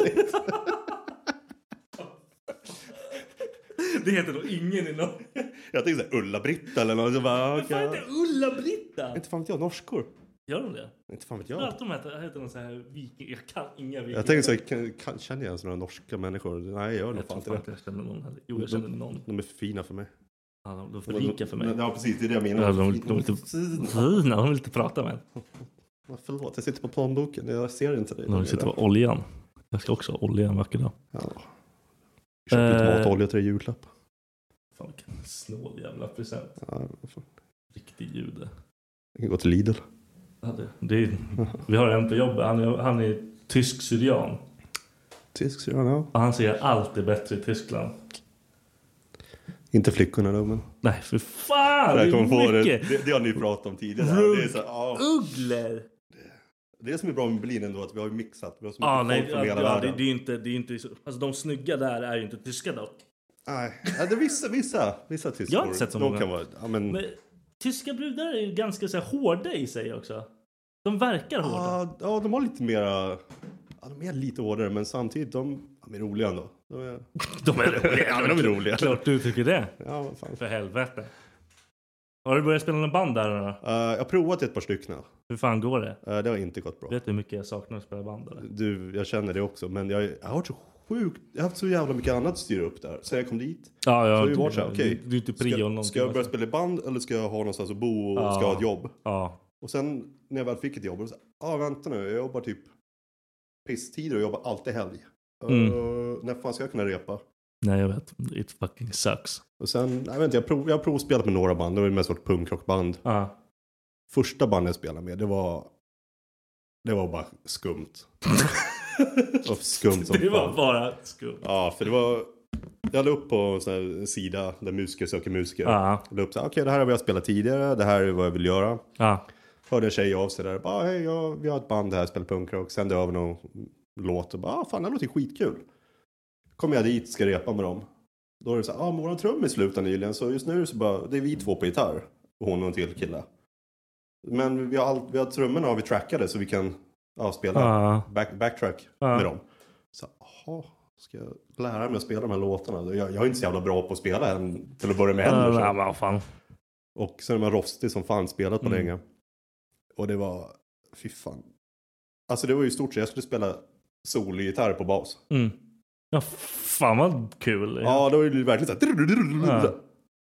Det heter då ingen i Norge. Jag tänkte såhär Ulla-Britta eller något. Så bara, Vad fan okay. heter Ulla-Britta? Inte fan vet jag, norskor. Gör de det? Inte fan vet Jag jag. tror att de heter, heter någon så här viking. Jag kan inga vikingar. Jag tänkte såhär, kan, kan, känner jag ens några norska människor? Nej, jag gör nog Jag fan tror inte fan det. att jag känner någon. Här. Jo, jag känner någon. De är för fina för mig. Ja, de är för rika för mig. Ja, precis. Det är det jag menar. Ja, de, de, de, de, de vill inte prata med en. Ja, förlåt, jag sitter på plånboken. Jag ser inte dig. De sitter på oljan. Jag ska också ha olja en vacker dag. Ja. Köp lite Eh. matolja till dig i julklapp. Fan vilken snål jävla present. Ja, fan. Riktig jude. Jag kan gå till Lidl. Ja, det, det är, vi har en på jobbet. Han är, han är tysk-syrian. Tysk, så ja. Och han säger allt är bättre i Tyskland. Inte flickorna då, men... Nej, för fan! Det Jag kommer är på det, mycket. det, det har ni pratat om tidigare. Rugg. Det är, så, ja, Ugglor! det är som är bra med Berlin ändå, att vi har ju mixat. Vi har så mycket Ah, folk nej, från ja, hela ja, det, världen. det är ju inte, det är inte, alltså de snygga där är ju inte tyska dock. Nej, ja, det är vissa, vissa, vissa tyskor. Jag har inte sett så de många. Kan vara, ja, men, Men tyska brudar är ju ganska så här, hårda i sig också. De verkar hårda. ja, ja, de har lite mera... Ja, de är lite hårdare, men samtidigt, de, de är roliga ändå. De är, De är roliga. ja, men de är roliga. Klart du tycker det. Ja, vad fan. För helvete. Har du börjat spela någon band där då? Uh, jag har provat ett par stycken. Uh, Hur fan går det? det har inte gått bra. Vet du hur mycket jag saknar att spela band eller? Du, jag känner det också, men jag, jag har varit så sjukt... Jag har haft så jävla mycket annat att styra upp där. Så jag kom dit. Ja, ja. Så har vi du, varit så här, okej. du, du är inte prio eller Ska, någonting. ska jag börja spela i band eller ska jag ha någonstans att bo och Ja. ska ha ett jobb? Ja. Och sen när jag väl fick ett jobb, så ja ah, vänta nu, jag jobbar typ pisstider och jobbar alltid helg. Mm. Uh, när fan ska jag kunna repa? Nej, jag vet. It fucking sucks. Och sen, jag vet inte, jag, prov, jag har provspelat med några band. Det var ju mest varit punkrockband. Ja. Första bandet jag spelade med, det var... Det var bara skumt. Det var skumt som Det var fan. bara skumt. Ja, för det var... Jag la upp på en sån här sida där musiker söker musiker. Ja. Jag la upp så här, okej, det här har vi spelat tidigare. Det här är vad jag vill göra. Ja. Hörde en tjej av sig där. Bara, hej, jag, vi har ett band här, spelar punkrock. Sände över någon låt och bara, ah, fan, det låter skitkul. Kommer jag dit, ska repa med dem. Då är det så här, ah, men våran trummis slutade nyligen. Så just nu är det så bara, det är vi två på gitarr. Och hon och en till kille. Men vi har, all, vi har trummorna har vi trackade så vi kan ja, spela Ja. back, backtrack Ja. med dem. Så, jaha, ska jag lära mig att spela de här låtarna? Jag, jag är inte så jävla bra på att spela än till att börja med heller. så. Ja, men vad fan. Och sen är man rostig som fan spelat på Mm. länge. Och det var, fy fan. Alltså det var ju stort så jag skulle spela sologitarr på bas. Mm. Ja, fan vad kul. Ja, det var ju verkligen så här. Ja.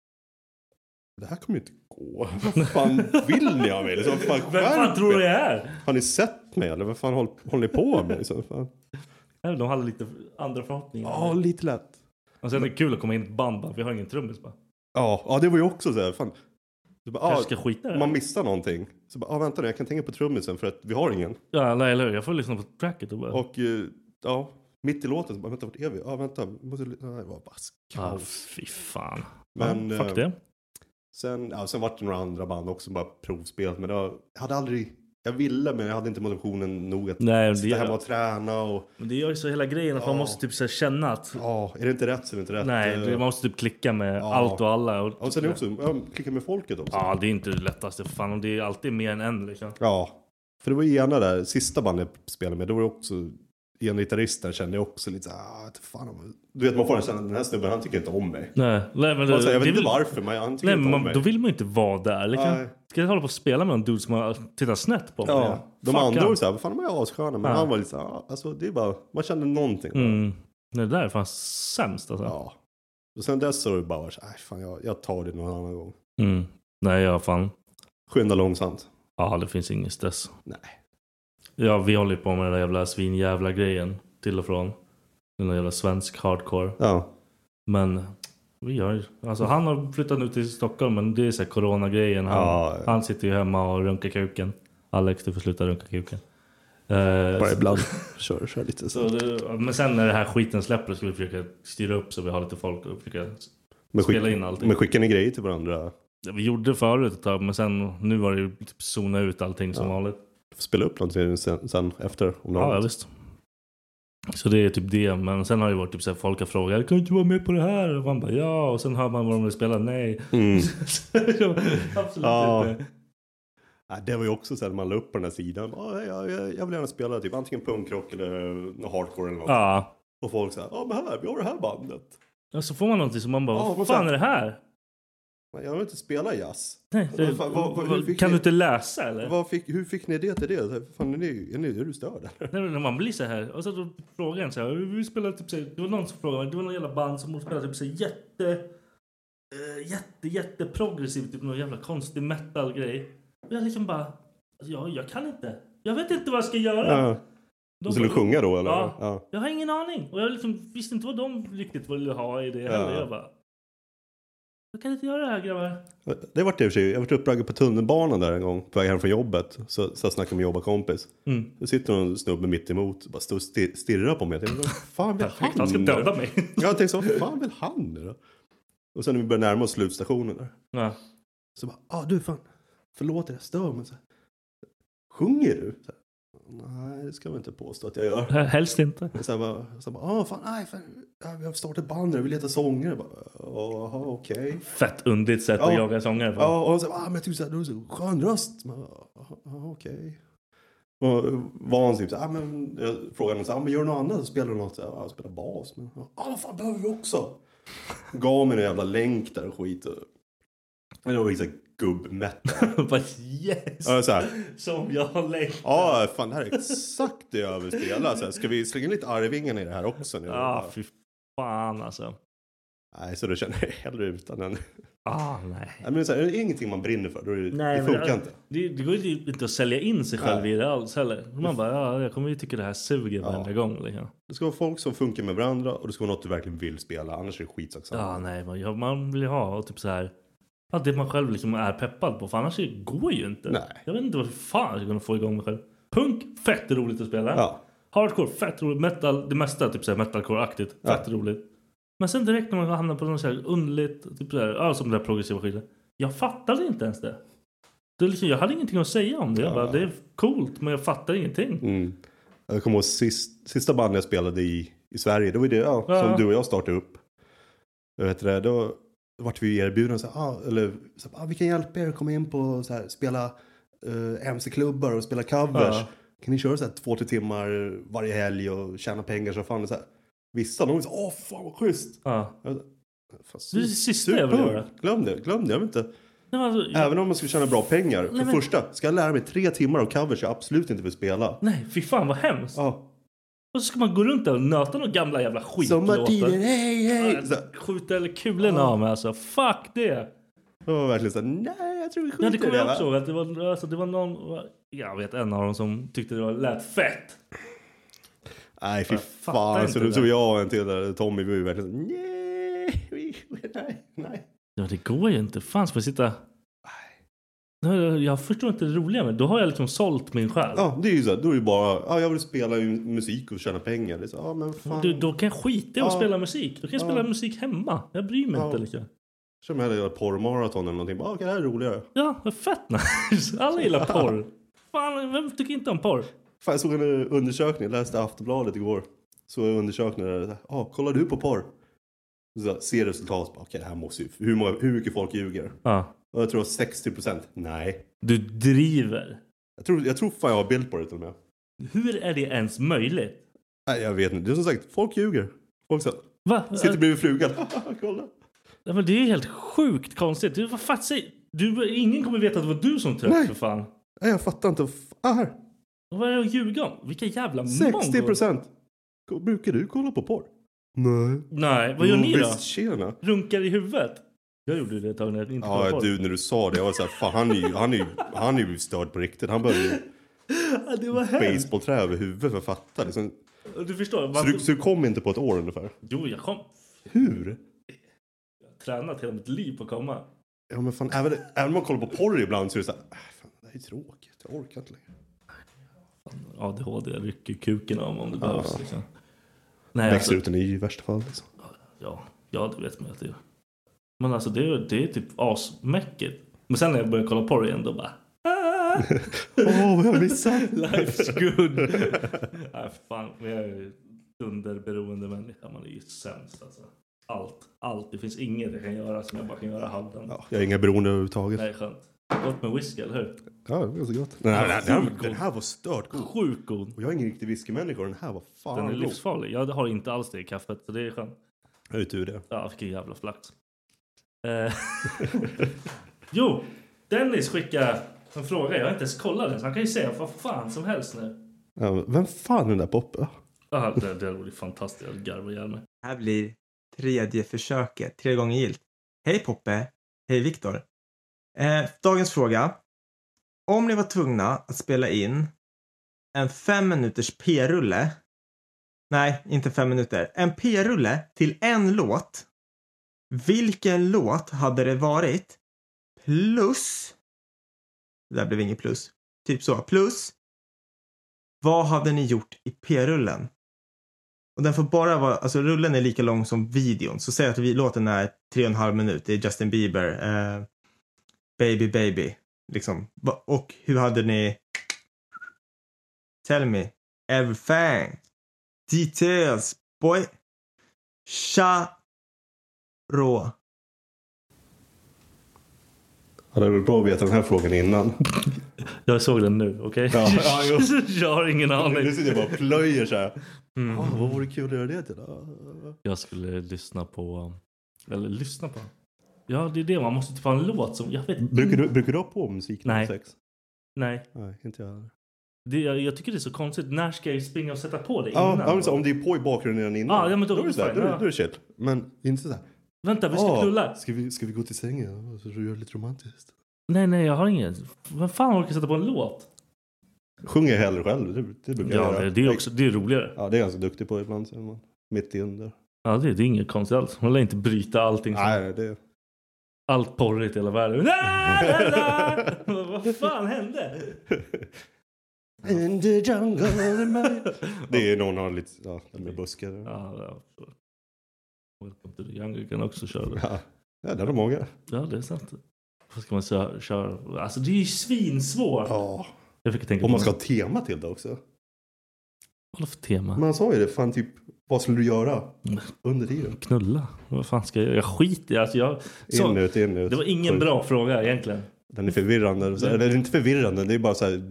Det här kommer ju inte gå. Vad fan vill ni av mig? Liksom, fan, Vem fan skärp tror er. du jag är? Har ni sett mig? Eller vad fan håller, håller ni på med? Liksom, fan. Nej, de hade lite andra förhoppningar. Ja, lite lätt. Och sen är det kul att komma in i ett band bara. Vi har ingen trummis bara. Ja, ja, det var ju också så här. Fan. Så bara, Kanske ah, ska skita det. man missar någonting. Så bara, ah, vänta nu, jag kan tänka på trummisen för att vi har ingen. Ja, nej, eller hur? Jag får lyssna på tracket och bara... Och uh, ja, mitt i låten så bara, vänta, vart är vi? Ja, ah, vänta, vi måste... Nej, det var bara kaos. Ah, fy fan. Men, ja, fuck uh, det. Sen, ja, sen var det några andra band också bara provspelat. Men det var, jag hade aldrig... Jag ville, men jag hade inte motivationen nog att nej, sitta hemma och träna. Och, men det gör ju så hela grejen att ja. man måste typ så här känna att... Ja, är det inte rätt så är det inte rätt. Nej, du måste typ klicka med ja. allt och alla. Och, och sen är det också, ja, klicka med folket också. Ja, det är inte det lättaste. Fan, och det är alltid mer än en liksom. Ja, för det var ju ena där, sista bandet jag spelade med, då var det också... En gitarrist där kände jag också lite så ah, fan, du vet man får en känsla, den här snubben han tycker inte om mig. Nej, nej men det, det, jag vet det inte vill, varför men han tycker nej, inte om man, mig. Då vill man ju inte vara där liksom. Ska jag hålla på och spela med en dude som har tittat snett på mig? Ja, de Fuck andra han. var så här, vad fan de är assköna, men ja. han var lite så här, alltså det är bara man kände någonting. Mm. Det där är fan sämst alltså. Ja. Och sen dess så var det bara så här, fan jag, jag tar det någon annan gång. Mm. Nej, jag fan. Skynda långsamt. Ja, det finns ingen stress. Nej. Ja, vi håller på med den där jävla svinjävla grejen till och från. Den där jävla svensk hardcore. Ja. Men vi gör alltså han har flyttat nu till Stockholm, men det är så här corona-grejen. Han, ja, ja. han sitter ju hemma och runkar kuken. Alex, du får sluta runka kuken. Uh, bara ibland. kör, kör lite så. så det, men sen när det här skiten släpper ska vi försöka styra upp så vi har lite folk och försöka men spela skick, in allting. Men skickar ni grejer till varandra? Ja, vi gjorde det förut ett tag, men sen nu var det ju typ zona ut allting som ja. vanligt. Spela upp någonting sen, sen efter om Ja, ja, visst. Så det är typ det. Men sen har det varit typ så här, folk har frågat, kan du inte vara med på det här? Och man bara, ja. Och sen hör man vad de vill spela, nej. Mm. Absolut ja. inte. Ja, det var ju också så att man la upp på den här sidan. Oh, jag, jag, jag vill gärna spela typ antingen punkrock eller hardcore eller något. Ja. Och folk säger, ja men här, vi har det här bandet. Ja, så får man någonting som man bara, ja, vad fan är det här? Jag vill inte spela jazz. Nej, det, vad, vad, vad, vad, kan ni, du inte läsa eller? Vad fick, hur fick ni det till det? Fan, är, ni, är, ni, är du störd eller? Nej, när man blir så här. Och så då frågar en så här. Vi spelar typ så här, det var någon som frågade. Det var någon jävla band som spelade typ så här, jätte... Äh, jätte, jätte progressiv. Typ någon jävla konstig metal-grej. Och jag liksom bara... Ja, jag kan inte. Jag vet inte vad jag ska göra. Ja. De skulle bara, sjunga då eller? Ja, ja. Jag har ingen aning. Och jag liksom visste inte vad de riktigt ville ha i det heller. Ja. Jag bara... Jag kan inte göra det här, grabbar. Det var det i och för sig. Jag var uppraggad på tunnelbanan där en gång. På väg hem från jobbet. Så, så jag snackade med jobbarkompis. Mm. Så sitter någon snubbe mitt emot. Och bara står och stir- stirrar på mig. Jag tänkte, vad fan vill han? Han ska döda mig. Jag tänkte så, vad fan vill han nu då? Och sen när vi började närma oss slutstationen där. Ja. Så bara, ah du fan. Förlåt jag stör men så här, sjunger du? Så här, nej det ska man inte påstå att jag gör. Helst inte. Så här bara, så bara ah fan nej fan. Vi har startat band, vi letar sångare. Jaha okej. Okay. Fett undligt sätt ja. att jaga sångare på. Ja och så ah men typ så här, du har så skön röst. Ja okej. Och var han typ så ah men jag frågade honom så ah men gör du något annat så spelar du något så här, jag spelar bas men ah fan behöver vi också. Gav mig en jävla länk där och skit. Men det var liksom gubbmätta. Bara yes! Ja, så här. Som jag har längtat. Ja, fan det här är exakt det jag vill spela. Så här, ska vi slänga lite Arvingen i det här också nu? Ja, fy fan alltså. Nej, så då känner jag hellre utan en... Ah, nej. nej men så här, är det ingenting man brinner för, då är det, nej, det funkar det, inte. Det, det går ju inte att sälja in sig själv nej. I det alls heller. Man bara, ja, jag kommer ju tycka det här suger ja. Varje gång. Liksom. Det ska vara folk som funkar med varandra och det ska vara något du verkligen vill spela. Annars är det skitsak samma. Ja, nej, man, man vill ju ha och typ så här... Ja, det man själv liksom är peppad på. För annars det går ju inte. Nej. Jag vet inte vad fan jag ska kunna få igång mig själv. Punk, fett roligt att spela. Ja. Hardcore, fett roligt. Metal, det mesta typ såhär metalcore-aktigt. Fett ja. Roligt. Men sen direkt när man hamnar på något så här underligt, typ såhär, ja, som det där progressiva skiten. Jag fattade inte ens det. det liksom, jag hade ingenting att säga om det. Jag bara, det är coolt, men jag fattar ingenting. Mm. Jag kommer ihåg sist, sista bandet jag spelade i, i Sverige. Det var det ja, ja. Som du och jag startade upp. Jag vet det, då... vart vi erbjudna så ah, eller så ah, vi kan hjälpa er att komma in på så här, spela uh, M C-klubbar och spela covers. Ja. Kan ni köra så här två till timmar varje helg och tjäna pengar så fan så här. Vissa de är så åh fan vad schysst. Ja. Jag, fan, det är det sista jag vill göra. Glöm det, glöm det, jag vet inte. Nej, alltså, jag... Även om man ska tjäna bra pengar. Nej, för men... första, ska jag lära mig tre timmar av covers jag absolut inte vill spela. Nej, fy fan vad hemskt. Ja. Och så ska man gå runt där och nöta några gamla jävla skitlåtar. Sommartiden, hej hej. Ja, skjuta eller kulorna ja. Av mig alltså. Fuck det. Det var verkligen så nej jag tror vi skjuter ja, det. Kommer jag det, också att det var, alltså, det var någon, jag vet en av dem som tyckte det var lät fett. Nej fy fan. Så, så jag och en till där, Tommy vi var ju verkligen nej, nej, nej. Ja det går ju inte. Fan ska vi sitta... Jag förstår inte det roliga med. Då har jag liksom sålt min själ. Ja, det är ju så. Då är det bara, ja, jag vill spela musik och tjäna pengar. Det är så, ja, men fan. Du, då kan jag skita i att ja. spela musik. Då kan jag spela ja. musik hemma. Jag bryr mig ja. inte lika. Som jag hade gjort porrmaraton eller någonting. Bara, okej, det här är roligare. Ja, vad fett nice. Alla gillar porr. Fan, vem tycker inte om porr? Fan, jag såg en undersökning. Jag läste Aftonbladet igår. Så en undersökning där. Ja, ah, kollar du på porr? Så ser resultat. Okej, okay, det här måste ju... Hur, många, hur mycket folk ljuger? Ja. Och jag tror sextio procent. Nej. Du driver. Jag tror, jag tror fan jag har bild på det till och med. Hur är det ens möjligt? Nej, jag vet inte. Det är som sagt, folk ljuger. Folk så, Va? sitter bredvid frugan. Kolla. Ja, men det är helt sjukt konstigt. Du, vad fan säger du? Ingen kommer veta att det var du som trött för fan. Nej, jag fattar inte. Ah, här. Vad är det att ljuga om? Vilka jävla sextio procent. Brukar du kolla på porr? Nej. Nej, vad gör ni då? Tjena. Runkar i huvudet? Jag gjorde det ett tag när jag inte ja, du, när du sa det. Jag var så här, fan, han är ju, han är ju, han är ju störd på riktigt. Han började ju ja, det var baseballträ över huvudet för att fatta. Liksom. Du förstår. Så, du, så du kom inte på ett år ungefär? Jo, jag kom. Hur? Jag har tränat hela mitt liv på att komma. Ja, men fan, även, även om man kollar på porr ibland så är det så här, äh, fan, det här är tråkigt. Jag orkar inte längre. A D H D, jag rycker kuken om om det ja. behövs. Liksom. Nej, växer alltså, ut den i värsta fall. Liksom. Ja, ja, det vet man att det är. Men alltså det är, det är typ asmäckigt. Men sen när jag börjar kolla på det igen då bara... Åh, oh, vad jag missat. Life's good. Nej, fan. Jag är underberoende människa. Man är ju sämst alltså. Allt, allt. Det finns inget jag kan göra som jag bara kan göra halvdant. Ja, jag har inga beroende överhuvudtaget. Nej, skönt. Gott med whisky, eller hur? Ja, det var så gott. Den här, den här, den här var stört god. Sjukt god. Och jag är ingen riktig whiskymänniska. Den här var fan Den är god. livsfarlig. Jag har inte alls det i kaffet, så det är skönt. Jag är tur det. Ja, vilken jävla flax. Eh. Jo, Dennis skickar en fråga. Jag har inte ens kollat den, så han kan ju säga vad fan som helst nu. Ja, vem fan är den där Poppe? Ja, det, det är fantastiskt. Jag garvar ihjäl mig. Här blir tredje försöket. Tre gånger gilt. Hej Poppe. Hej Viktor. Eh, dagens fråga. Om ni var tvungna att spela in en fem minuters P-rulle. Nej, inte fem minuter. En P-rulle till en låt. Vilken låt hade det varit? Plus. Det där blev inget plus. Typ så. Plus. Vad hade ni gjort i P-rullen? Och den får bara vara, alltså rullen är lika lång som videon. Så säg att vi, låten är tre och en halv minut. Det är Justin Bieber. Eh, baby, baby. Liksom. Och hur hade ni... Tell me. Everything. Details. Boy. Cha. Rå. Ja, det var bra att veta den här frågan innan. Jag såg den nu, okej? Okay? Ja, ja, jag har ingen aning. Nu sitter jag bara och plöjer så här. Mm. Ah, vad vore kul att göra det till då? Jag skulle lyssna på... Eller lyssna på... Ja, det är det. Man måste typ ha en låt som... Jag vet inte. Brukar du, brukar du ha på musik när Nej. sex? Nej. Nej, inte jag heller. Det, jag, jag tycker det är så konstigt. När ska jag springa och sätta på det ja, innan? Ja, om det är på i bakgrunden redan innan. Ah, ja, men då, då är det så här, då, ja. då är det shit. Men inte så här. Vänta, vi ska ah, knulla. Ska vi, ska vi gå till sängen? Så du gör det lite romantiskt. Nej, nej, jag har ingen. Vem fan orkar sätta på en låt? Sjunger jag hellre själv. Det, det brukar ja, jag göra. Det, det är också det är roligare. Ja, det är ganska duktig på ibland. Så man, mitt i under. Ja, det, det är inget konstigt alls. Man lär inte bryta allting. Som... Nej, det... Allt porrigt i hela världen. Nej, nej, nej. Vad fan hände? In the jungle. Det är någon har lite, ja, med buskar. Ja, ja. Welcome to the jungle kan också köra det. Ja, ja det är det många. Ja, det är sant. Vad ska man köra? köra? Alltså det är ju svinsvårt. Ja. Jag fick tänka om på man ska ha tema till det också. Vad för tema? Man sa ju det, fan typ, vad skulle du göra mm. under tiden? Knulla. Vad fan ska jag göra? Jag skiter i alltså jag... Så, in ut, in ut. Det var ingen Sjuk. bra fråga egentligen. Den är förvirrande. Så, eller inte förvirrande, det är bara så här...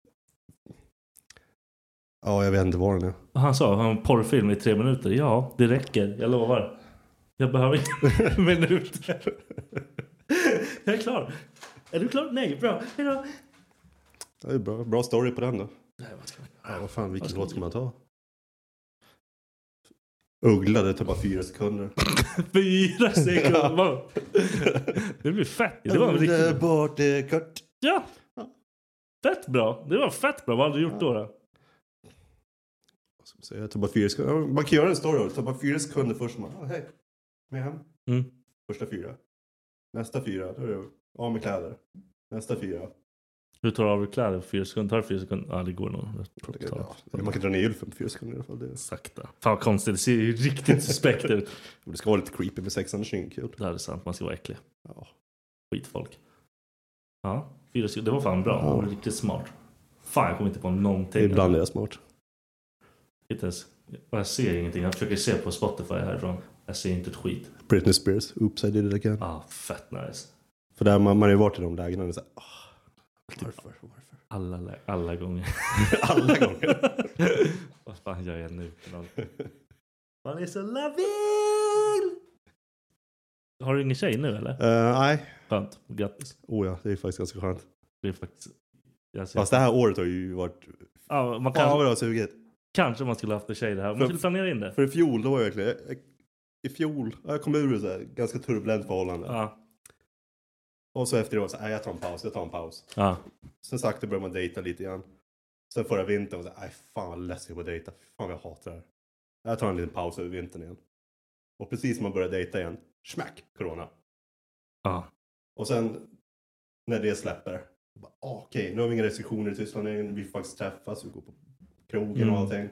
Ja, jag vet inte vad den är. Han sa, han har en porrfilm i tre minuter. Ja, det räcker, jag lovar. Jag behöver inte minuter. Jag är klar. Är du klar? Nej, bra. Hejdå. Det är bra, bra story på den då. Nej, vad ska man... Ja, vad fan, vilken låt ska man ta? Uggla, det tar bara fyra sekunder. Fyra sekunder? Det blir fett. Det var en riktigt... bort det kort. Ja. Fett bra. Det var fett bra. Vad hade du gjort då då? Så jag tar bara fyra sekunder. Man kan göra en story. Jag tar bara fyra sekunder först. Man, ah, hej. Med hem. Mm. Första fyra. Nästa fyra. Då är det av med kläder. Nästa fyra. Hur tar du av dig kläder på fyra sekunder? Tar det fyra sekunder? Ja, det går nog. Ja, man kan dra ner gylfen på fyra sekunder i alla fall. Det är... Sakta. Fan vad konstigt, det ser ju riktigt suspekt ut. Det ska vara lite creepy med sexan kul. Det här är sant, man ska vara äcklig. Ja. Skitfolk. Ja, fyra sekunder. Det var fan bra. Ja. Det var riktigt smart. Fan, jag kommer inte på någonting. Ibland är det smart. Inte ens. Jag ser ingenting. Jag försöker se på Spotify härifrån. Jag ser inte ett skit. Britney Spears, Oops I did it again. Ja, ah, fett nice. För där man, man har ju varit i de lägena och så här, oh, varför, varför? Alla, alla gånger. Alla gånger. Vad fan gör jag nu? Man är så loving! Har du ingen tjej nu eller? Uh, nej. Skönt, grattis. Oh ja, det är faktiskt ganska skönt. Det är faktiskt... Fast det här året har ju varit... Ja, man kan... kan... Ja, suget. Kanske man skulle haft en tjej det här. Man för, skulle planera in det. För i fjol, då var jag verkligen... Jag, I fjol, jag kom ur så här, ganska turbulent förhållande. Ja. Och så efter det var så här, jag tar en paus, jag tar en paus. Ja. Sen sakta började man dejta lite igen. Sen förra vintern var så här, fan vad ledsen jag på att dejta. Fan vad jag hatar det här. Jag tar en liten paus över vintern igen. Och precis när man börjar dejta igen, smack, corona. Ja. Och sen, när det släpper, bara, ah, okej, okay, nu har vi inga restriktioner i Tyskland, vi får faktiskt träffas, vi går på krogen mm. och allting.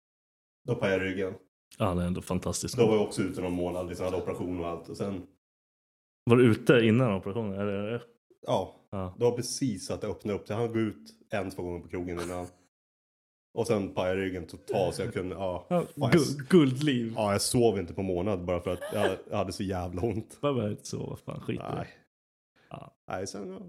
Då pajar ryggen. Ja, det är ändå fantastiskt. Då var jag också ute någon månad, liksom hade operation och allt. Och sen... Var du ute innan operationen? Eller? Ja, ja, det var precis att jag öppnade upp. Jag hann gå ut en, två gånger på krogen innan. Och sen pajade ryggen totalt så jag kunde... Ja, ja, gu- guldliv. Ja, jag sov inte på månad bara för att jag, jag hade så jävla ont. Vad var det så? Fan, skit. Nej. Ja. Nej, sen... Ja.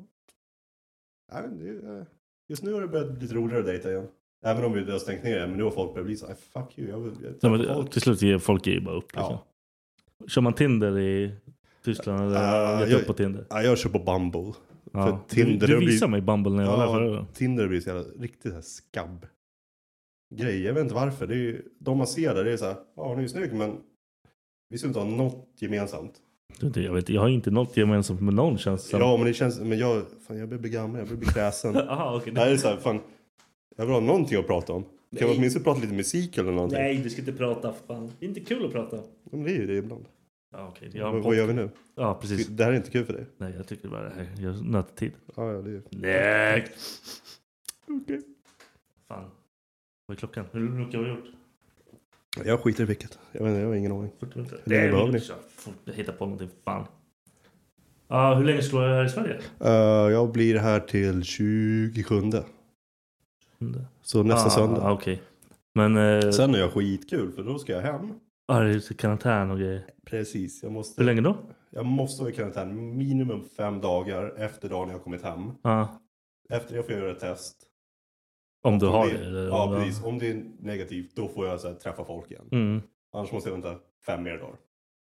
Nej, det, just nu har det börjat bli roligare att dejta igen. Även om vi har stängt ner det, men nu har folk börjat bli så här, fuck you. Jag vill, jag ja, men folk. Till slut ger folk ju bara upp. Liksom. Ja. Kör man Tinder i Tyskland eller uh, jag, upp på Tinder? Ja, jag kör på Bumble. Ja. För Tinder, du du visade blir, mig Bumble när jag ja, var där förra. Tinder blir så jävla, riktigt så här skabb. Grej, jag vet inte varför. Det är ju, de man ser där, det är så här, ja, hon är ju snygg, men vi ska inte ha något gemensamt. Jag vet, jag har inte något gemensamt med någon känns det. Ja, men det känns, men jag, fan, jag blir bli gammal, jag blir bli kräsen. Aha, okay. Det är så här, fan, jag vill ha någonting att prata om. Kan man åtminstone prata lite musik eller någonting? Nej, du ska inte prata, fan. Det är inte kul att prata. Men det är ju det ibland. Ja, okej. Okay. Vad, vad gör vi nu? Ja, precis. Det här är inte kul för dig. Nej, jag tycker bara det här. Jag nöter tid. Ja, ja, det är... Nej! Okej. Okay. Fan. Vad är klockan? Hur mycket har vi gjort? Jag skiter i vilket. Jag vet inte, jag har ingen aning. fyrtio minuter. Hur länge behöver ni? Jag hittar på någonting, fan. Ja, uh, hur länge ska du vara här i Sverige? Uh, jag blir här till tjugosjunde. Så nästa ah, söndag. Okej. Okay. Men uh, sen är jag skitkul för då ska jag hem. Ja, det är karantän och grejer. Precis, jag måste... Hur länge då? Jag måste vara i karantän minimum fem dagar efter dagen jag har kommit hem. Ah. Efter det får jag göra ett test. Om du om har det, det? Eller ja, precis. Om det är negativt, då får jag så här, träffa folk igen. Mm. Annars måste jag vänta fem mer dagar.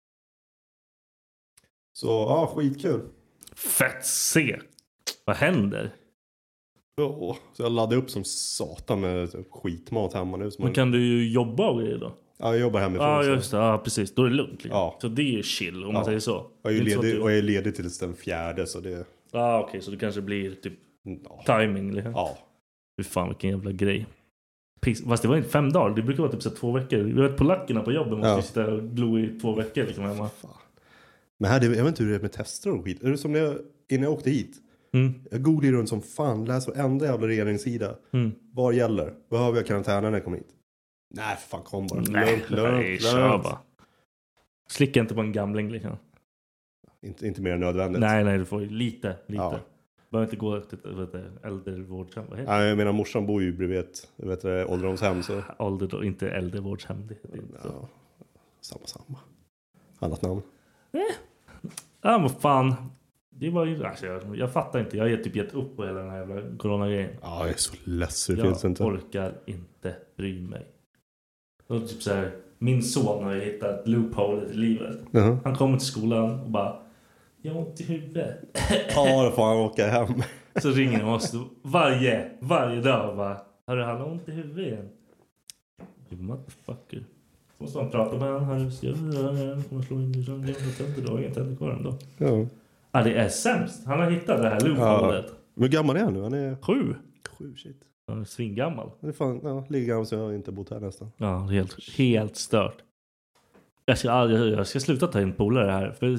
Så, ja, skitkul. Fett se. Vad händer? Ja, så jag laddade upp som satan med typ, skitmat hemma nu. Men man... kan du ju jobba och grejer då? Ja, jag jobbar hemifrån. Ja, just det. Ja, precis. Då är det lugnt. Liksom. Ja. Så det är ju chill om man ja. säger så. Jag är, ledig, du... och jag är ledig till den fjärde, så det... Ja, ah, okej. Okay. Så det kanske blir typ ja. timing, liksom. Ja. Fy fan, vilken jävla grej. Fast det var inte fem dagar. Det brukar vara typ så två veckor. Jag vet, polackerna på jobbet måste ja. sitta och glo i två veckor liksom hemma. Fan. Men här, jag vet inte hur det är med tester och skit. Är det som när jag, innan jag åkte hit? Mm. Jag googlade runt som fan, läser varenda jävla regeringssida. Mm. Vad gäller? Behöver jag karantänen när jag kommer hit? Nej, för fan, kom bara. Nej, lugnt, lugnt, lugnt. Bara. Slicka inte på en gamling liksom. Inte, inte mer än nödvändigt. Nej, nej, du får lite, lite. Ja. Behöver inte gå till äldrevårdshem. Vad heter det? Ja, jag menar, morsan bor ju bredvid jag vet det, ålderdomshem. Så. Ålder då, inte äldrevårdshem. Det, det, ja, samma, samma. Annat namn. Eh. Ja, men fan. Det var ju, alltså, jag, jag fattar inte. Jag har typ gett upp på hela den här jävla coronagrejen. Ja, jag är så ledsen. Jag finns inte. orkar inte bry mig. Och typ så här, min son har ju hittat loophole i livet. Uh-huh. Han kommer till skolan och bara, jag har ont i huvudet. Ja, då får han åka hem. Så ringer han oss varje, varje dag och bara, har du han ont i huvudet igen? You motherfucker. Så måste man prata med honom. Jag kommer slå in i sån jävla tänder. Du har inga tänder kvar ändå. Ja. Ja, det är sämst. Han har hittat det här loopholet. Ja. Men hur gammal är han nu? Han är... Sju. Sju, shit. Han är svingammal. Han är fan, ja, lika gammal så jag har inte bott här nästan. Ja, helt, helt stört. Jag ska, jag, jag ska sluta ta in polare här. För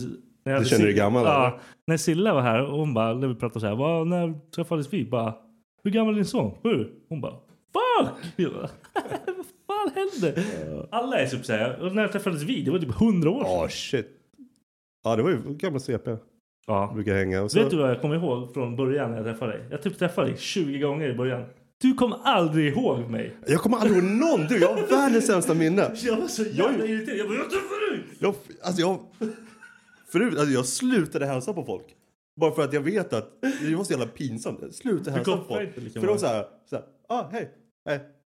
När Du känner dig Silla, gammal, ja, eller? när Silla var här och hon bara, när vi pratade så här, vad, när träffades vi? Bara, hur gammal är din son? Sju. Hon bara, fuck! Jag bara, vad fan hände? Alla är typ så här, och när träffades vi? Det var typ hundra år sedan. Ja, oh, shit. Ja, det var ju gamla C P. Ja. Brukar hänga. Och så... Vet du vad jag kommer ihåg från början när jag träffade dig? Jag typ träffade dig tjugo gånger i början. Du kommer aldrig ihåg mig. Jag kommer aldrig ihåg någon. Du, jag har världens sämsta minne. Jag var så jävla irriterad. Jag bara, jag träffade dig! Jag, alltså jag... Förut, alltså jag slutade hälsa på folk. Bara för att jag vet att det var så jävla pinsamt. Jag slutade hälsa på folk. Liksom för de så här, så här, ah, hej, hej.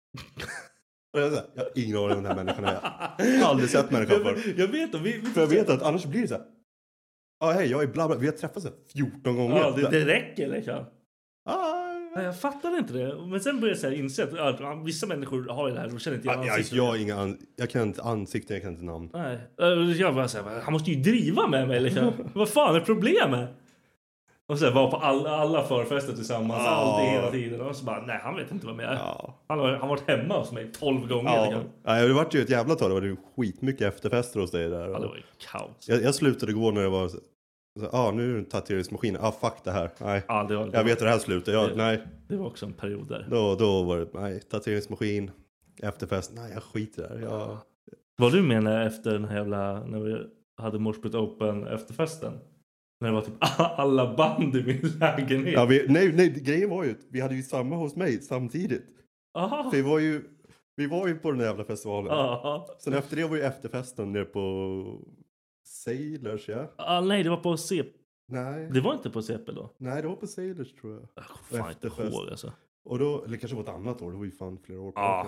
Och jag, så här, jag har ingen aning om den här människan. Jag har aldrig sett människan för. Jag vet, vi, vi för jag vet att annars blir det så här. Ja, ah, hej, jag är bla bla. Vi har träffats fjorton gånger. Ja, det, det räcker liksom. Ah, Nej, jag fattar inte det. Men sen började jag så här inse att ja, vissa människor har ju det här. De känner inte igen ah, ansikten. jag, jag, inga an, jag kan inte ansikten, jag kan inte namn. Nej. Jag bara så här, han måste ju driva med mig liksom. Vad fan är problemet? Och så här, var på alla, alla förfester tillsammans. Ja. Alltid hela tiden. Och så bara, nej han vet inte vad jag är. Ja. Han har han varit hemma hos mig tolv gånger. Ja. Liksom. Ja, det var ju ett jävla tag. Det var ju skitmycket efterfester hos dig där. Ja, det var ju kaos. Jag, jag slutade gå när det var så, ja ah, nu är det en tatueringsmaskin. Ah, fuck det här. Nej. Ja, det var, det jag vet var, att det här slutar. Jag, det, nej. Det var också en period där. Då, då var det, nej, tatueringsmaskin, efterfest. Nej, jag skiter där. Jag... Vad du menar efter den här jävla, när vi hade Morspit Open efterfesten? När det var typ alla band i min lägenhet. Ja, vi, nej, nej, grejen var ju, vi hade ju samma hos mig samtidigt. Aha. För vi var ju, vi var ju på den här jävla festivalen. Aha. Sen efter det var ju efterfesten nere på Sailors, ja. Ah, nej, det var på C P. Nej. Det var inte på C P då? Nej, det var på Sailors tror jag. Jag kommer fan inte ihåg alltså. Och då, eller kanske var ett annat år, det var ju fan flera år på. Ah.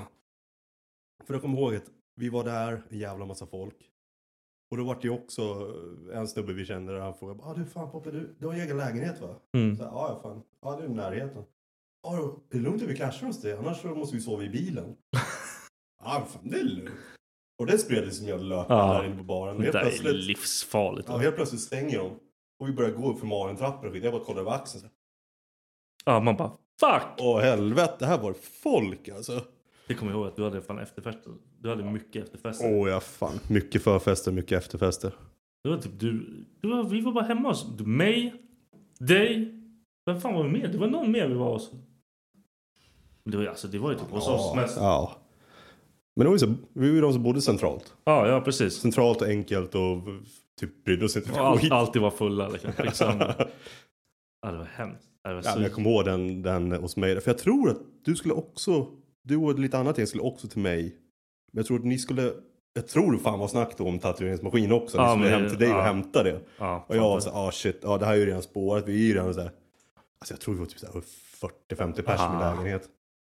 För jag kommer ihåg att vi var där, en jävla massa folk. Och då var det ju också en snubbe vi kände där han frågade, ah du fan Poppe, du, du har egen lägenhet va? Mm. Så ja, ja fan, ja det är i närheten. Ja, då, det är lugnt att vi clashar hos dig, annars så måste vi sova i bilen. Ja, fan det är lugnt. Och det spred sig som jag löpte ja. där inne på baren. Det är livsfarligt. Ja, helt plötsligt stänger de. Och vi börjar gå upp för marentrappor och skit. Jag bara kollar över axeln. Så. Ja, man bara, fuck! Åh helvete, det här var folk alltså. Det kommer jag ihåg att du hade fan efterfester. Du hade mycket efterfester. Åh ja, fan. Mycket förfester, mycket efterfester. Det var typ du, du var, vi var bara hemma hos du, mig, dig. Vem fan var vi med? Det var någon mer vi var hos. Det var, alltså, det var ju typ hos ja, oss mest. Ja. Men det var ju så, vi var ju de som bodde centralt. Ja, ja, precis. Centralt och enkelt och typ brydde oss inte. Och all, alltid var fulla liksom. liksom. Ja, det var hemskt. Det var ja, så... men jag kommer ihåg den, den hos mig. För jag tror att du skulle också, du och lite annat jag skulle också till mig. Men jag tror att ni skulle, jag tror det fan var snack då om tatueringsmaskin också. Ja, ni skulle men, hem till dig ja. och hämta det. Ja, och jag var så ah shit, ja det här är ju redan spårat. Vi är ju redan så här, alltså jag tror vi var typ så här fyrtio femtio pers i min lägenhet.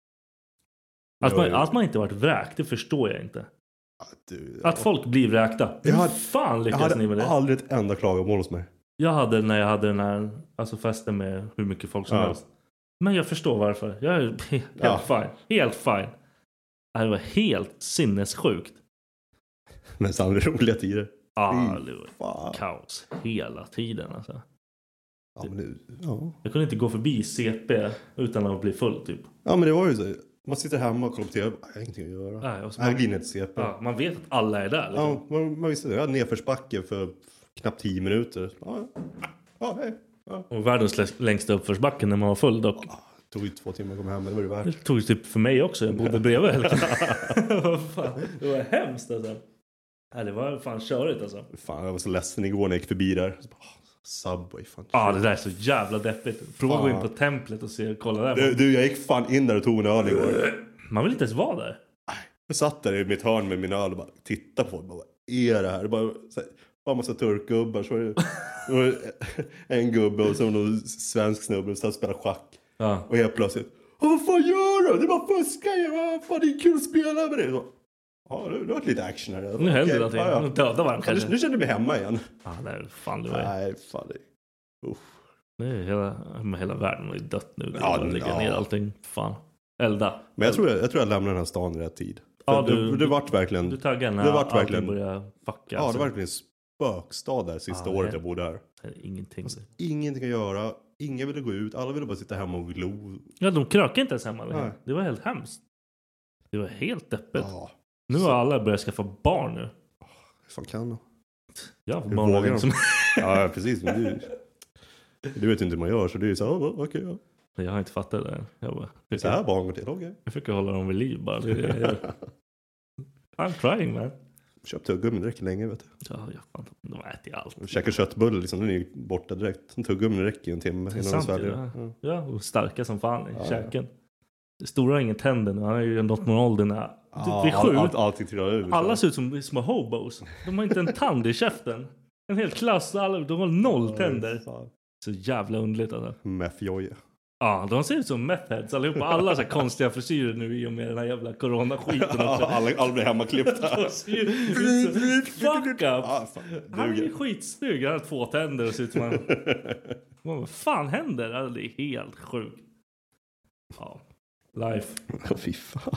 Att man, att man inte varit vräkt, det förstår jag inte. Ja, du, att folk blir vräkta. Hur hade, fan lyckas ni med det? Jag hade aldrig ett enda klagomål hos mig. Jag hade när jag hade den här alltså festen med hur mycket folk som ja. helst. Men jag förstår varför. Jag är helt ja. fine. Helt fine. Det var helt sinnessjukt. Men sannolikt roliga tider. Ja, det var fan. Kaos hela tiden alltså. Ja, men det, ja. Jag kunde inte gå förbi C P utan att bli full typ. Ja, men det var ju så. Man sitter hemma och kollar på T V. Jag har ingenting att göra. Nej, och så Nej, man, jag glider till C P. ja, man vet att alla är där. Liksom. Ja, man, man visste det. Jag hade nedförsbacke för knappt tio minuter. Ja, ja hej. Ja. Och världens längsta uppförsbacke när man var full dock. Ja, det tog ju två timmar att komma hem, men det var det värt. Det tog ju typ för mig också. Jag bodde bredvid. Vad fan? Det var hemskt alltså. Nej, det var fan körigt alltså. Fan, jag var så ledsen igår när jag gick förbi där. Så bara, Subway, fan. Ja, ah, det där är så jävla deppigt. Prova att gå in på templet och se, kolla där. Du, du, jag gick fan in där och tog en öl igår. Man vill inte ens vara där. Jag satt där i mitt hörn med min öl och bara tittade på det. Bara, vad är det här? Det bara, så här, bara en massa turkgubbar. Så var det, så var det en gubbe och så var det någon svensk snubbe som spelade schack. Ja. Och helt plötsligt, vad fan gör du? Det är bara fuska. Vad fan, det är kul att spela med det. Så, ja, det har varit lite action här. Nu händer det någonting. Ja, ja. Döda varandra kanske. Nu, nu känner jag mig hemma igen. Ja, nej, fan det var... Nej, fan det... Uff. Nej, hela, hela världen var ju dött nu. Det Ja, var lägga ja. ner allting. Fan. Elda. Men jag tror jag, jag tror jag lämnar den här stan i rätt tid. Ja, För du, det, det vart verkligen... Du taggar när det vart allting verkligen, börjar fucka. Ja, alltså. det var verkligen spökstad där sista Ja, året det- jag bodde här. Ingenting. Alltså, ingenting att göra. Ingen ville gå ut. Alla ville bara sitta hemma och glo. Ja, de krökade inte ens hemma. Liksom. Nej. Det var helt hemskt. Det var helt deppigt. Ja, Nu så- har alla börjat skaffa barn nu. hur fan kan de? Jag har Hur barn vågar liksom. Ja, precis. Men du, du vet inte hur man gör, så det är så här, oh, okej. Okay, ja. Jag har inte fattat det. Jag bara, det är så här barn går till, okej. Okay. Jag försöker hålla dem vid liv bara. Det är det jag gör. I'm trying, man. Köp tuggummi, det räcker länge, vet du. Ja, jag fan, de äter allt. Käkar köttbulle, liksom, den är ju borta direkt. En tuggummi räcker en timme innan sant, de ja. Ja. ja, och starka som fan i ja, käken. Ja. Stora har ingen tänder nu, han är ju nått någon ålder när... Ja, vid sju, allt, allting trillar ut. alla ser ut som små hobos. De har inte en tand i käften. En hel klass, alla, de har noll tänder. Så jävla underligt alltså. Meth-joja. Ja, de ser ut som meth-heads allihopa. Alla så här konstiga frisyrer nu i och med den här jävla coronaskiten också. alla, alla blir hemmaklippta. Fuck up! Han är skitsnygg. Han har två tänder och ser ut som han... Vad fan händer? Alltså, det är helt sjukt. Ja, life. Fy fan.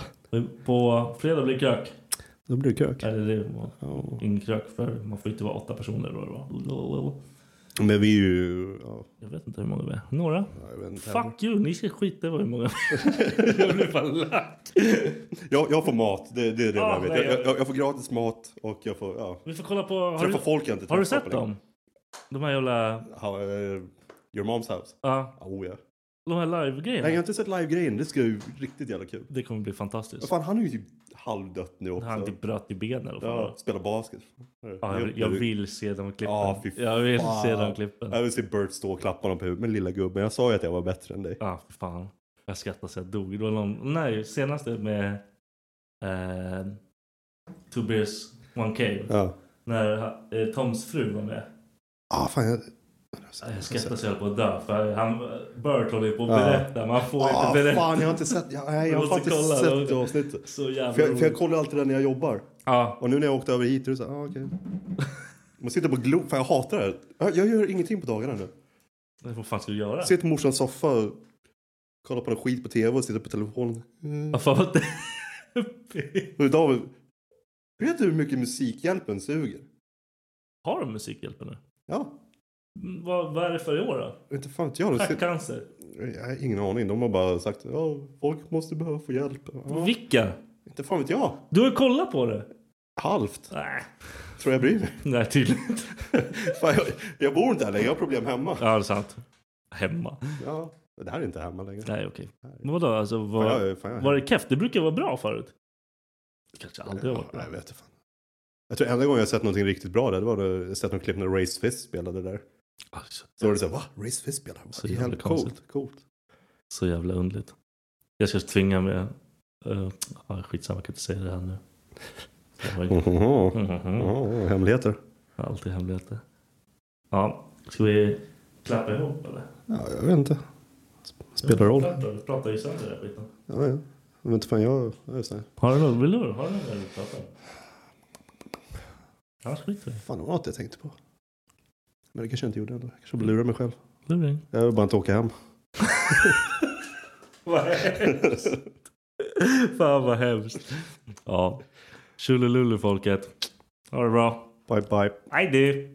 På fredag blir kök. Då blir det kök. Eller det var ingen kök för man får inte vara åtta personer då det var. Men vi är ju... Ja. Jag vet inte hur många vi är. Några? Ja, jag vet inte. Fuck you, ni ska skita vad hur många jag blir bara lack. jag, jag får mat, det, det är det ah, jag vet. Nej, jag, jag, jag får gratis mat och jag får... Ja. Vi får kolla på... Har, du, folk jag inte har du sett dem? De här jävla... How, uh, your mom's house? Ja. Uh. Oh, ja. De här live-grejerna? Nej, jag har inte sett live-grejen. Det ska ju riktigt jävla kul. Det kommer bli fantastiskt. Fan, han är ju typ halvdött nu också. Han typ bröt i benen. Ja, spelar basket. Ja, jag, jag vill se de klippen. Ja, fy jag vill fan. se de klippen. Jag vill se Bert stå och klappa honom på huvudet med lilla gubben. Jag sa ju att jag var bättre än dig. Ja, för fan. Jag skrattade så jag dog. Det var någon... Nej, senaste med... Eh, Two Bears, One Cave. Ja. När eh, Toms fru var med. Ah, fan, jag... Jag skrattar så jag på att dö. För han, Bert håller på att berätta. Ja. Man får ah, inte berätta. Fan, jag har inte sett... Jag, jag, jag har inte kolla, sett det avsnittet. Så jävla för, jag, för jag kollar alltid det när jag jobbar. Ja. Och nu när jag åkte över hit, är det så här, ah, okej. Okay. Man sitter på glo... Fan, jag hatar det här. Jag, jag gör ingenting på dagarna nu. Vad fan ska du göra? Sitter på morsans soffa och kollar på någon skit på tv och sitter på telefonen. Mm. Vad fan var det? Och idag... Vet du hur mycket Musikhjälpen suger? Har de Musikhjälpen nu? Ja. Vad, vad är det för i år då? Inte fan jag. Tackcancer? Jag har ingen aning. De har bara sagt att ja, folk måste behöva få hjälp. Ja. Vilka? Inte fan vet jag. Du har kollat på det? Halvt. Nej. Tror jag bryr mig. Nej, tydligen fan, jag, jag bor inte här längre. Jag har problem hemma. Ja, det är sant. Hemma? Ja, det här är inte hemma längre. Nej, okej. Okay. Men vadå? Alltså, var, fan, jag, fan, jag var det keft? Det brukar vara bra förut. Kanske aldrig har varit bra. Jag vet inte fan. Jag tror enda gången jag sett någonting riktigt bra där, det var när jag sett någon klipp när Race Fist spelade där. Alltså, så var det så här, va? Race Fist spelade? Så jävla, jävla coolt, coolt. Så jävla underligt. Jag ska tvinga mig... Uh, ah, skitsamma, jag kan inte säga det här nu. Mm-hmm. Mm-hmm. Oh, hemligheter. Alltid hemligheter. Ja, ska vi klappa ihop eller? Ja, jag vet inte. Spelar roll. Vi pratar ju sönder där skiten. Ja, ja. Jag vet inte fan, jag... jag är så här. Har du något? Vill du? Har du något att prata om? Ja, skit det. Fan, det var något jag tänkte på. Men det kanske jag inte gjorde ändå. Jag kanske lurar mig själv. Luring. Jag vill bara inte åka hem. Vad hemskt. Fan vad hemskt. Ja. Tjolilulu folket. Ha det bra. Bye bye. Hej du.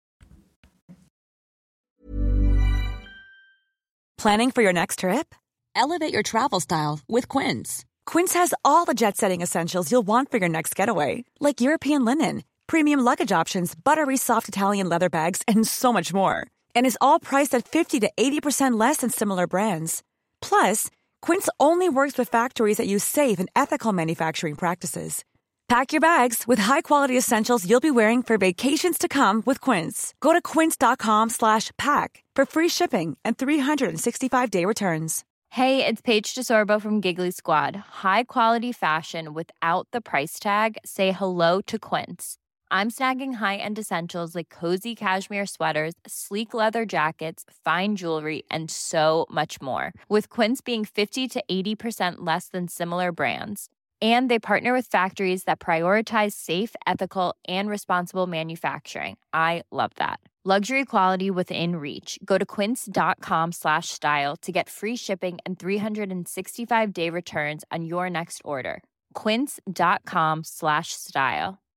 Planning for your next trip? Elevate your travel style with Quince. Quince has all the jet-setting essentials you'll want for your next getaway. Like European linen, premium luggage options, buttery soft Italian leather bags, and so much more. And is all priced at fifty to eighty percent less than similar brands. Plus, Quince only works with factories that use safe and ethical manufacturing practices. Pack your bags with high-quality essentials you'll be wearing for vacations to come with Quince. Go to quince.com slash pack for free shipping and three sixty-five day returns. Hey, it's Paige DeSorbo from Giggly Squad. High quality fashion without the price tag. Say hello to Quince. I'm snagging high-end essentials like cozy cashmere sweaters, sleek leather jackets, fine jewelry, and so much more. With Quince being fifty to eighty percent less than similar brands. And they partner with factories that prioritize safe, ethical, and responsible manufacturing. I love that. Luxury quality within reach. Go to quince.com slash style to get free shipping and three sixty-five day returns on your next order. Quince.com slash style.